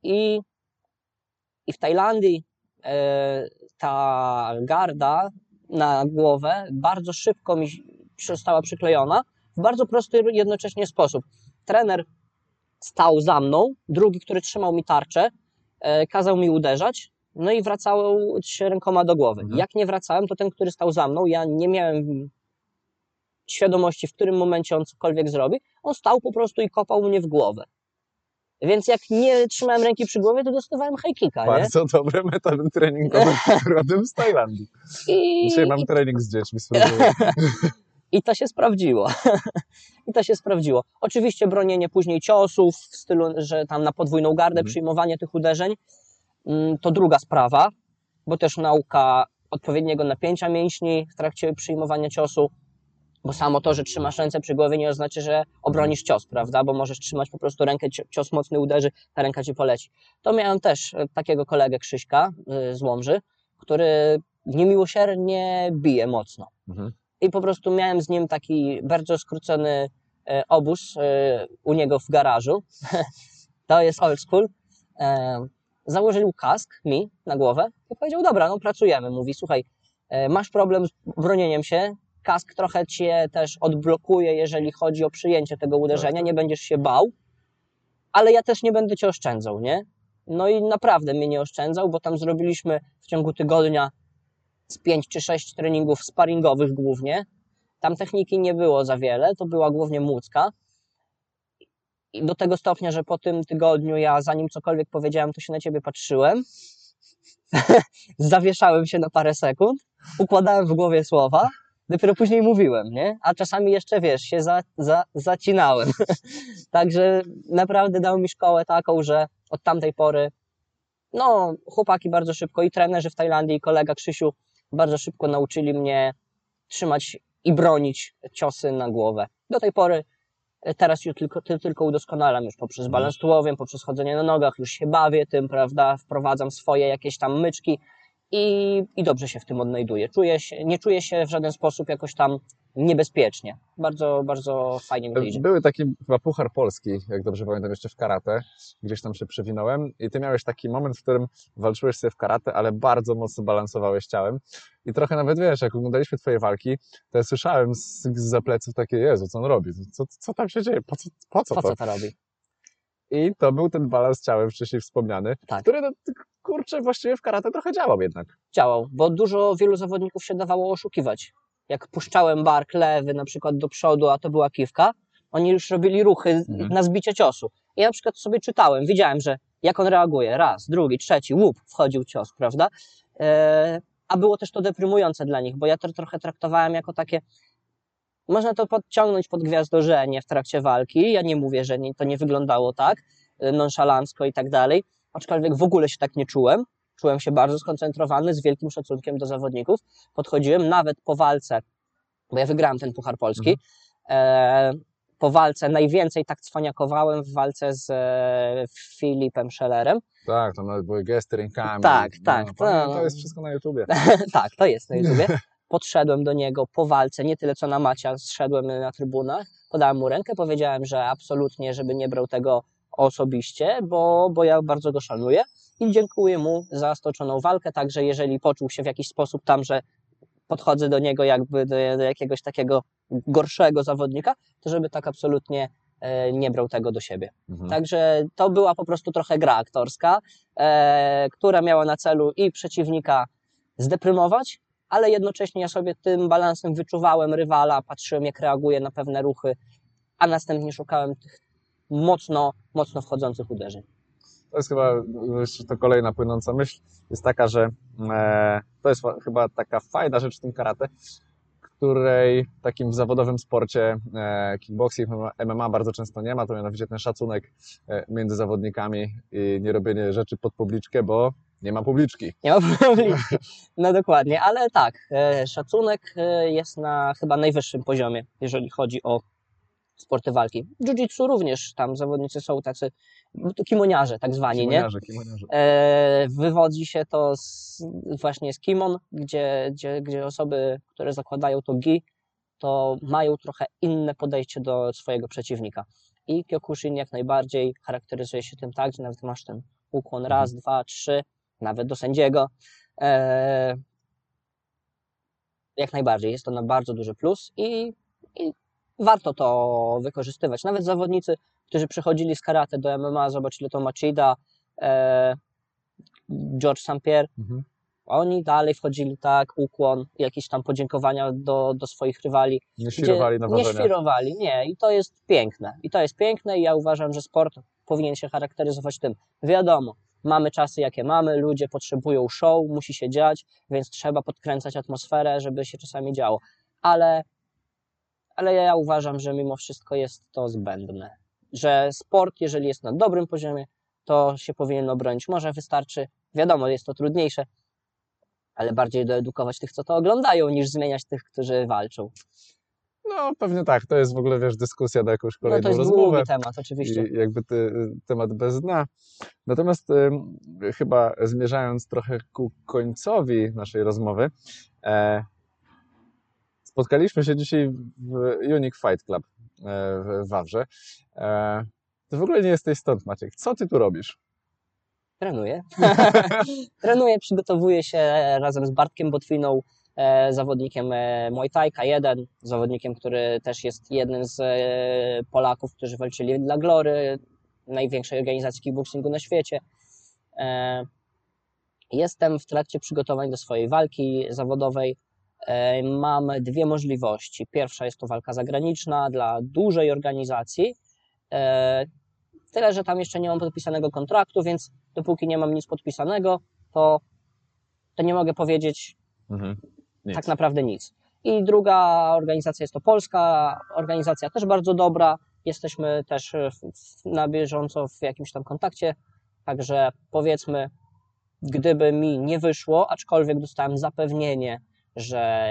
S2: I, i w Tajlandii e, ta garda na głowę bardzo szybko mi została przyklejona w bardzo prosty jednocześnie sposób. Trener stał za mną, drugi, który trzymał mi tarczę, e, kazał mi uderzać, no i wracał się rękoma do głowy.
S1: Mhm.
S2: Jak nie wracałem, to ten, który stał za mną, ja nie miałem świadomości, w którym momencie on cokolwiek zrobi, on stał po prostu i kopał mnie w głowę. Więc jak nie trzymałem ręki przy głowie, to dostawałem high kicka, nie?
S1: Bardzo dobre metody treningowe rodem z Tajlandii.
S2: I,
S1: Dzisiaj mam trening z dziećmi, spróbuję.
S2: I to się sprawdziło. I to się sprawdziło. Oczywiście bronienie później ciosów w stylu, że tam na podwójną gardę,
S1: Mhm.
S2: przyjmowanie tych uderzeń, to druga sprawa, bo też nauka odpowiedniego napięcia mięśni w trakcie przyjmowania ciosu, bo samo to, że trzymasz ręce przy głowie, nie oznacza, że obronisz cios, prawda? Bo możesz trzymać po prostu rękę, cios mocny uderzy, ta ręka ci poleci. To miałem też takiego kolegę Krzyśka z Łomży, który niemiłosiernie bije mocno.
S1: Mhm.
S2: I po prostu miałem z nim taki bardzo skrócony obóz u niego w garażu. To jest old school. Założył kask mi na głowę i powiedział, dobra, no pracujemy. Mówi, słuchaj, masz problem z bronieniem się, kask trochę cię też odblokuje, jeżeli chodzi o przyjęcie tego uderzenia, nie będziesz się bał, ale ja też nie będę cię oszczędzał, nie? No i naprawdę mnie nie oszczędzał, bo tam zrobiliśmy w ciągu tygodnia z pięć czy sześć treningów sparingowych głównie. Tam techniki nie było za wiele, to była głównie młódzka. I do tego stopnia, że po tym tygodniu ja zanim cokolwiek powiedziałem, to się na ciebie patrzyłem. Zawieszałem się na parę sekund, układałem w głowie słowa, dopiero później mówiłem, nie? A czasami jeszcze, wiesz, się za, za, zacinałem. Także naprawdę dał mi szkołę taką, że od tamtej pory no, chłopaki bardzo szybko i trenerzy w Tajlandii i kolega Krzysiu bardzo szybko nauczyli mnie trzymać i bronić ciosy na głowę. Do tej pory teraz już tylko, tylko udoskonalam już poprzez balans tułowiem, poprzez chodzenie na nogach, już się bawię tym, prawda, wprowadzam swoje jakieś tam myczki i, i dobrze się w tym odnajduję. Czuję się, nie czuję się w żaden sposób jakoś tam niebezpiecznie. Bardzo, bardzo fajnie mi to idzie.
S1: Były taki chyba Puchar Polski, jak dobrze pamiętam, jeszcze w karate. Gdzieś tam się przewinąłem i ty miałeś taki moment, w którym walczyłeś sobie w karate, ale bardzo mocno balansowałeś ciałem. I trochę nawet, wiesz, jak oglądaliśmy twoje walki, to ja słyszałem z, z pleców takie, Jezu, co on robi? Co, co tam się dzieje? Po co, po co
S2: Po
S1: to?
S2: co to robi?
S1: I to był ten balans ciałem wcześniej wspomniany,
S2: Tak.
S1: który, no, kurczę, właściwie w karate trochę działał jednak.
S2: Działał, bo dużo, wielu zawodników się dawało oszukiwać. Jak puszczałem bark lewy na przykład do przodu, a to była kiwka, oni już robili ruchy
S1: Mhm.
S2: na zbicie ciosu. I ja na przykład sobie czytałem, widziałem, że jak on reaguje, raz, drugi, trzeci, łup, wchodził cios, prawda? Eee, a było też to deprymujące dla nich, bo ja to trochę traktowałem jako takie, można to podciągnąć pod gwiazdorzenie w trakcie walki, ja nie mówię, że nie, to nie wyglądało tak, nonszalancko i tak dalej, aczkolwiek w ogóle się tak nie czułem. Czułem się bardzo skoncentrowany, z wielkim szacunkiem do zawodników. Podchodziłem nawet po walce, bo ja wygrałem ten Puchar Polski.
S1: Mhm.
S2: E, po walce najwięcej tak cwaniakowałem w walce z e, Filipem Schellerem.
S1: Tak, tam nawet były gesty rękami.
S2: Tak, tak.
S1: No,
S2: To,
S1: to, to jest wszystko na YouTubie.
S2: tak, to jest na YouTubie. Podszedłem do niego po walce, nie tyle co na macia, zszedłem na trybunach, podałem mu rękę, powiedziałem, że absolutnie, żeby nie brał tego osobiście, bo, bo ja bardzo go szanuję i dziękuję mu za stoczoną walkę, także jeżeli poczuł się w jakiś sposób tam, że podchodzę do niego jakby do, do jakiegoś takiego gorszego zawodnika, to żeby tak absolutnie e, nie brał tego do siebie.
S1: Mhm.
S2: Także to była po prostu trochę gra aktorska, e, która miała na celu i przeciwnika zdeprymować, ale jednocześnie ja sobie tym balansem wyczuwałem rywala, patrzyłem jak reaguje na pewne ruchy, a następnie szukałem tych mocno, mocno wchodzących uderzeń.
S1: To jest chyba, jeszcze to kolejna płynąca myśl, jest taka, że e, to jest chyba taka fajna rzecz w tym karate, której w takim zawodowym sporcie e, kickboxing, M M A bardzo często nie ma, to mianowicie ten szacunek e, między zawodnikami i nie robienie rzeczy pod publiczkę, bo nie ma publiczki.
S2: Nie ma publiczki. No dokładnie, ale tak, e, szacunek e, jest na chyba najwyższym poziomie, jeżeli chodzi o sporty walki. W jiu-jitsu również tam zawodnicy są tacy kimoniarze tak zwani,
S1: Kimoniarze,
S2: nie?
S1: kimoniarze.
S2: E, wywodzi się to z, właśnie z kimon, gdzie, gdzie, gdzie osoby, które zakładają to gi, to mają trochę inne podejście do swojego przeciwnika. I Kyokushin jak najbardziej charakteryzuje się tym tak, że nawet masz ten ukłon
S1: Mhm.
S2: raz, dwa, trzy, nawet do sędziego. E, jak najbardziej, jest to na bardzo duży plus i, i warto to wykorzystywać. Nawet zawodnicy, którzy przychodzili z karate do M M A, zobaczyli to Machida, e, George Saint Pierre,
S1: Mhm.
S2: oni dalej wchodzili tak, ukłon, jakieś tam podziękowania do, do swoich rywali.
S1: Nie
S2: Gdzie
S1: świrowali na
S2: nie
S1: ważenia.
S2: świrowali, nie. I to jest piękne. I to jest piękne i ja uważam, że sport powinien się charakteryzować tym. Wiadomo, mamy czasy jakie mamy, ludzie potrzebują show, musi się dziać, więc trzeba podkręcać atmosferę, żeby się czasami działo. Ale, ale ja uważam, że mimo wszystko jest to zbędne. Że sport, jeżeli jest na dobrym poziomie, to się powinien obronić. Może wystarczy, wiadomo, jest to trudniejsze, ale bardziej doedukować tych, co to oglądają, niż zmieniać tych, którzy walczą.
S1: No pewnie tak, to jest w ogóle, wiesz, dyskusja na jakąś
S2: No to
S1: kolejną
S2: jest
S1: rozmowę.
S2: długi temat, oczywiście.
S1: I jakby ty, temat bez dna. Natomiast ym, chyba zmierzając trochę ku końcowi naszej rozmowy, e, spotkaliśmy się dzisiaj w Unique Fight Club e, w Wawrze. E, ty w ogóle nie jesteś stąd, Maciek. Co ty tu robisz?
S2: Trenuję. Trenuję, przygotowuję się razem z Bartkiem Botwiną, e, zawodnikiem e, Muay Thai K jeden, zawodnikiem, który też jest jednym z e, Polaków, którzy walczyli dla Glory, największej organizacji kickboxingu na świecie. E, jestem w trakcie przygotowań do swojej walki zawodowej. E, mam dwie możliwości. Pierwsza jest to walka zagraniczna dla dużej organizacji. E, tyle, że tam jeszcze nie mam podpisanego kontraktu, więc dopóki nie mam nic podpisanego, to, to nie mogę powiedzieć
S1: Mhm. Nic.
S2: tak naprawdę nic. I druga organizacja jest to polska organizacja, też bardzo dobra. Jesteśmy też w, w, na bieżąco w jakimś tam kontakcie, także powiedzmy, gdyby mi nie wyszło, aczkolwiek dostałem zapewnienie, że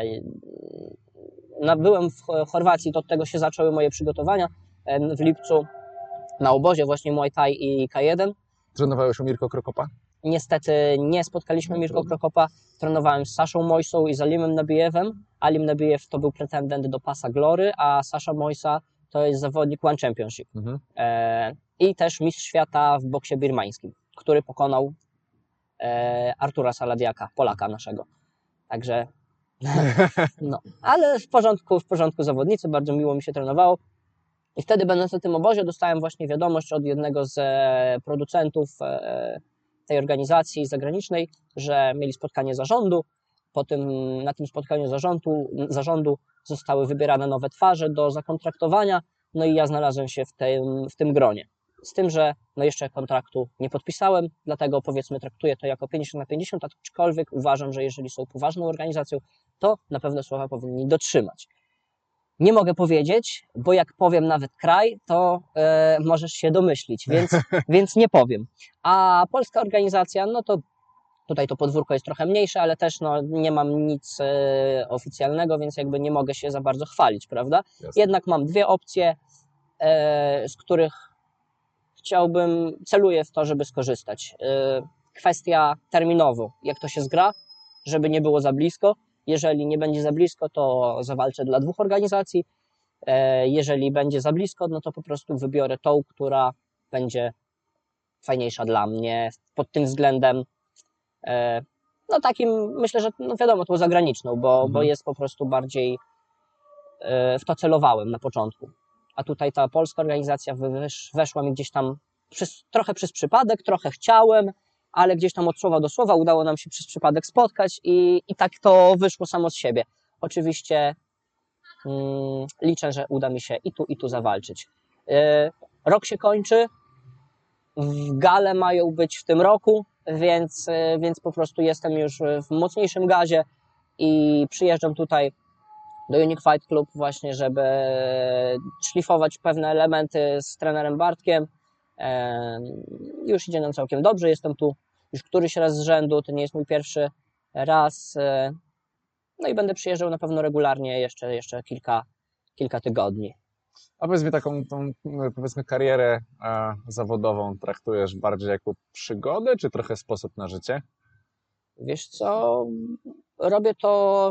S2: no, byłem w Chorwacji, to od tego się zaczęły moje przygotowania w lipcu na obozie właśnie Muay Thai i K jeden.
S1: Trenowałeś u Mirko Krokopa?
S2: Niestety nie spotkaliśmy
S1: No,
S2: Mirko
S1: trudno.
S2: Krokopa. Trenowałem z Saszą Mojsą i z Alimem Nabijewem. Alim Nabijew to był pretendent do pasa Glory, a Sasza Mojsa to jest zawodnik One Championship.
S1: Mhm.
S2: E, I też mistrz świata w boksie birmańskim, który pokonał e, Artura Saladiaka, Polaka naszego. Także no, ale w porządku, w porządku zawodnicy, bardzo miło mi się trenowało. I wtedy, będąc na tym obozie, dostałem właśnie wiadomość od jednego z e, producentów e, tej organizacji zagranicznej, że mieli spotkanie zarządu. Po tym, na tym spotkaniu zarządu, zarządu zostały wybierane nowe twarze do zakontraktowania, no i ja znalazłem się w tym, w tym gronie. Z tym, że no jeszcze kontraktu nie podpisałem, dlatego powiedzmy traktuję to jako pięćdziesiąt na pięćdziesiąt, aczkolwiek uważam, że jeżeli są poważną organizacją, to na pewne słowa powinni dotrzymać. Nie mogę powiedzieć, bo jak powiem nawet kraj, to e, możesz się domyślić, więc, więc nie powiem. A polska organizacja, no to tutaj to podwórko jest trochę mniejsze, ale też no, nie mam nic e, oficjalnego, więc jakby nie mogę się za bardzo chwalić, prawda?
S1: Jasne.
S2: Jednak mam dwie opcje, e, z których chciałbym, celuję w to, żeby skorzystać. E, kwestia terminowo, jak to się zgra, żeby nie było za blisko. Jeżeli nie będzie za blisko, to zawalczę dla dwóch organizacji. Jeżeli będzie za blisko, no to po prostu wybiorę tą, która będzie fajniejsza dla mnie pod tym względem. No takim, myślę, że no wiadomo, tą zagraniczną, bo,
S1: Mhm.
S2: bo jest po prostu bardziej, w to celowałem na początku. A tutaj ta polska organizacja wesz, weszła mi gdzieś tam przez, trochę przez przypadek, trochę chciałem, ale gdzieś tam od słowa do słowa udało nam się przez przypadek spotkać i, i tak to wyszło samo z siebie. Oczywiście mm, liczę, że uda mi się i tu, i tu zawalczyć. Yy, rok się kończy, w gale mają być w tym roku, więc, yy, więc po prostu jestem już w mocniejszym gazie i przyjeżdżam tutaj do Unique Fight Club właśnie, żeby szlifować pewne elementy z trenerem Bartkiem. Yy, już idzie nam całkiem dobrze, jestem tu już któryś raz z rzędu, to nie jest mój pierwszy raz. No i będę przyjeżdżał na pewno regularnie jeszcze, jeszcze kilka, kilka tygodni.
S1: A powiedz mi, taką tą, powiedzmy, karierę a, zawodową traktujesz bardziej jako przygodę, czy trochę sposób na życie?
S2: Wiesz co, robię to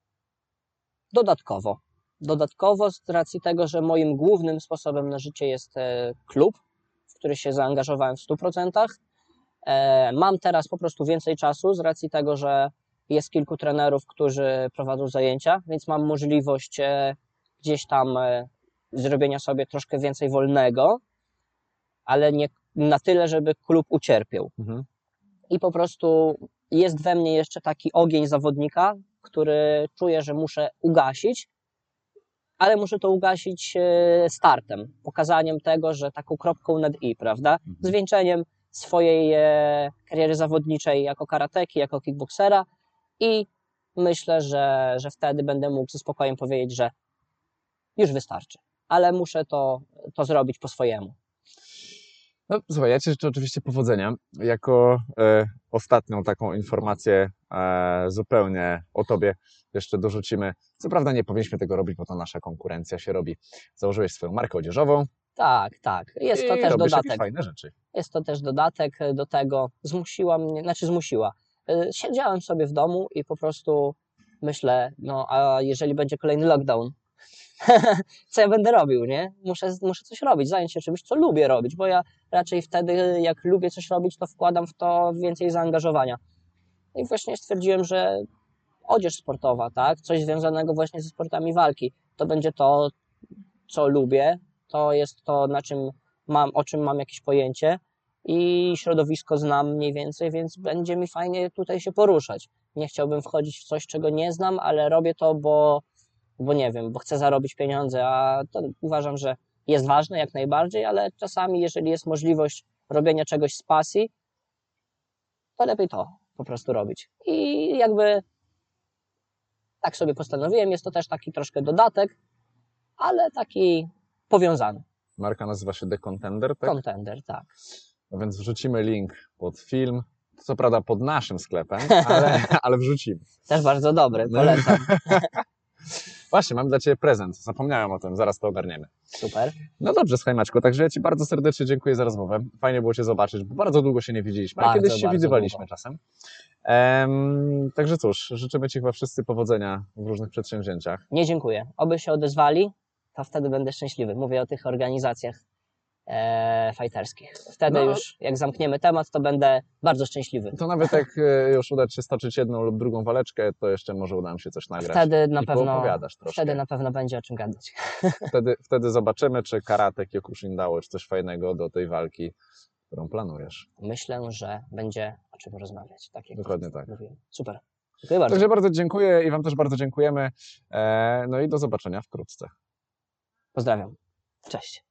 S2: dodatkowo. Dodatkowo z racji tego, że moim głównym sposobem na życie jest klub, w który się zaangażowałem w stu procentach. E, mam teraz po prostu więcej czasu z racji tego, że jest kilku trenerów, którzy prowadzą zajęcia, więc mam możliwość e, gdzieś tam e, zrobienia sobie troszkę więcej wolnego, ale nie na tyle, żeby klub ucierpiał.
S1: Mhm.
S2: I po prostu jest we mnie jeszcze taki ogień zawodnika, który czuję, że muszę ugasić, ale muszę to ugasić e, startem, pokazaniem tego, że taką kropką nad i, prawda?
S1: Mhm.
S2: Zwieńczeniem swojej e, kariery zawodniczej jako karateki, jako kickboksera i myślę, że, że wtedy będę mógł ze spokojem powiedzieć, że już wystarczy, ale muszę to, to zrobić po swojemu.
S1: No, słuchaj, ja Ci życzę oczywiście powodzenia. Jako e, ostatnią taką informację e, zupełnie o Tobie jeszcze dorzucimy. Co prawda nie powinniśmy tego robić, bo to nasza konkurencja się robi. Założyłeś swoją markę odzieżową.
S2: Tak, tak. Jest to
S1: i
S2: też
S1: robisz jakieś
S2: dodatek.
S1: fajne rzeczy.
S2: Jest to też dodatek do tego. Zmusiła mnie, znaczy zmusiła. Y, Siedziałem sobie w domu i po prostu myślę, no a jeżeli będzie kolejny lockdown, co ja będę robił, nie? Muszę, muszę coś robić, zająć się czymś, co lubię robić, bo ja raczej wtedy, jak lubię coś robić, to wkładam w to więcej zaangażowania. I właśnie stwierdziłem, że odzież sportowa, tak? Coś związanego właśnie ze sportami walki, to będzie to, co lubię, to jest to, na czym mam, o czym mam jakieś pojęcie i środowisko znam mniej więcej, więc będzie mi fajnie tutaj się poruszać. Nie chciałbym wchodzić w coś, czego nie znam, ale robię to, bo, bo nie wiem, bo chcę zarobić pieniądze, a to uważam, że jest ważne jak najbardziej, ale czasami, jeżeli jest możliwość robienia czegoś z pasji, to lepiej to po prostu robić. I jakby tak sobie postanowiłem, jest to też taki troszkę dodatek, ale taki powiązany.
S1: Marka nazywa się The Contender, tak?
S2: Contender, tak.
S1: No więc wrzucimy link pod film. Co prawda pod naszym sklepem, ale, ale wrzucimy.
S2: Też bardzo dobry, polecam.
S1: Właśnie, mam dla Ciebie prezent. Zapomniałem o tym, zaraz to ogarniemy.
S2: Super.
S1: No dobrze, słuchaj Maćku, także ja Ci bardzo serdecznie dziękuję za rozmowę. Fajnie było Cię zobaczyć, bo bardzo długo się nie widzieliśmy, a
S2: Bardzo,
S1: kiedyś się
S2: bardzo
S1: widywaliśmy
S2: długo.
S1: czasem. Em, także cóż, życzymy Ci chyba wszyscy powodzenia w różnych przedsięwzięciach.
S2: Nie dziękuję. Oby się odezwali, to wtedy będę szczęśliwy. Mówię o tych organizacjach e, fajterskich. Wtedy
S1: No.
S2: już, jak zamkniemy temat, to będę bardzo szczęśliwy.
S1: To nawet jak e, już uda Ci się stoczyć jedną lub drugą waleczkę, to jeszcze może uda nam się coś nagrać.
S2: Wtedy na
S1: I
S2: pewno,
S1: poopowiadasz troszkę.
S2: wtedy na pewno będzie o czym gadać.
S1: Wtedy, wtedy zobaczymy, czy karate Kyokushin dało, czy coś fajnego do tej walki, którą planujesz.
S2: Myślę, że będzie o czym rozmawiać. Tak jak
S1: Dokładnie tak.
S2: mówiłem. Super. Dziękuję bardzo.
S1: Także bardzo dziękuję i Wam też bardzo dziękujemy. E, no i do zobaczenia wkrótce.
S2: Pozdrawiam. Cześć.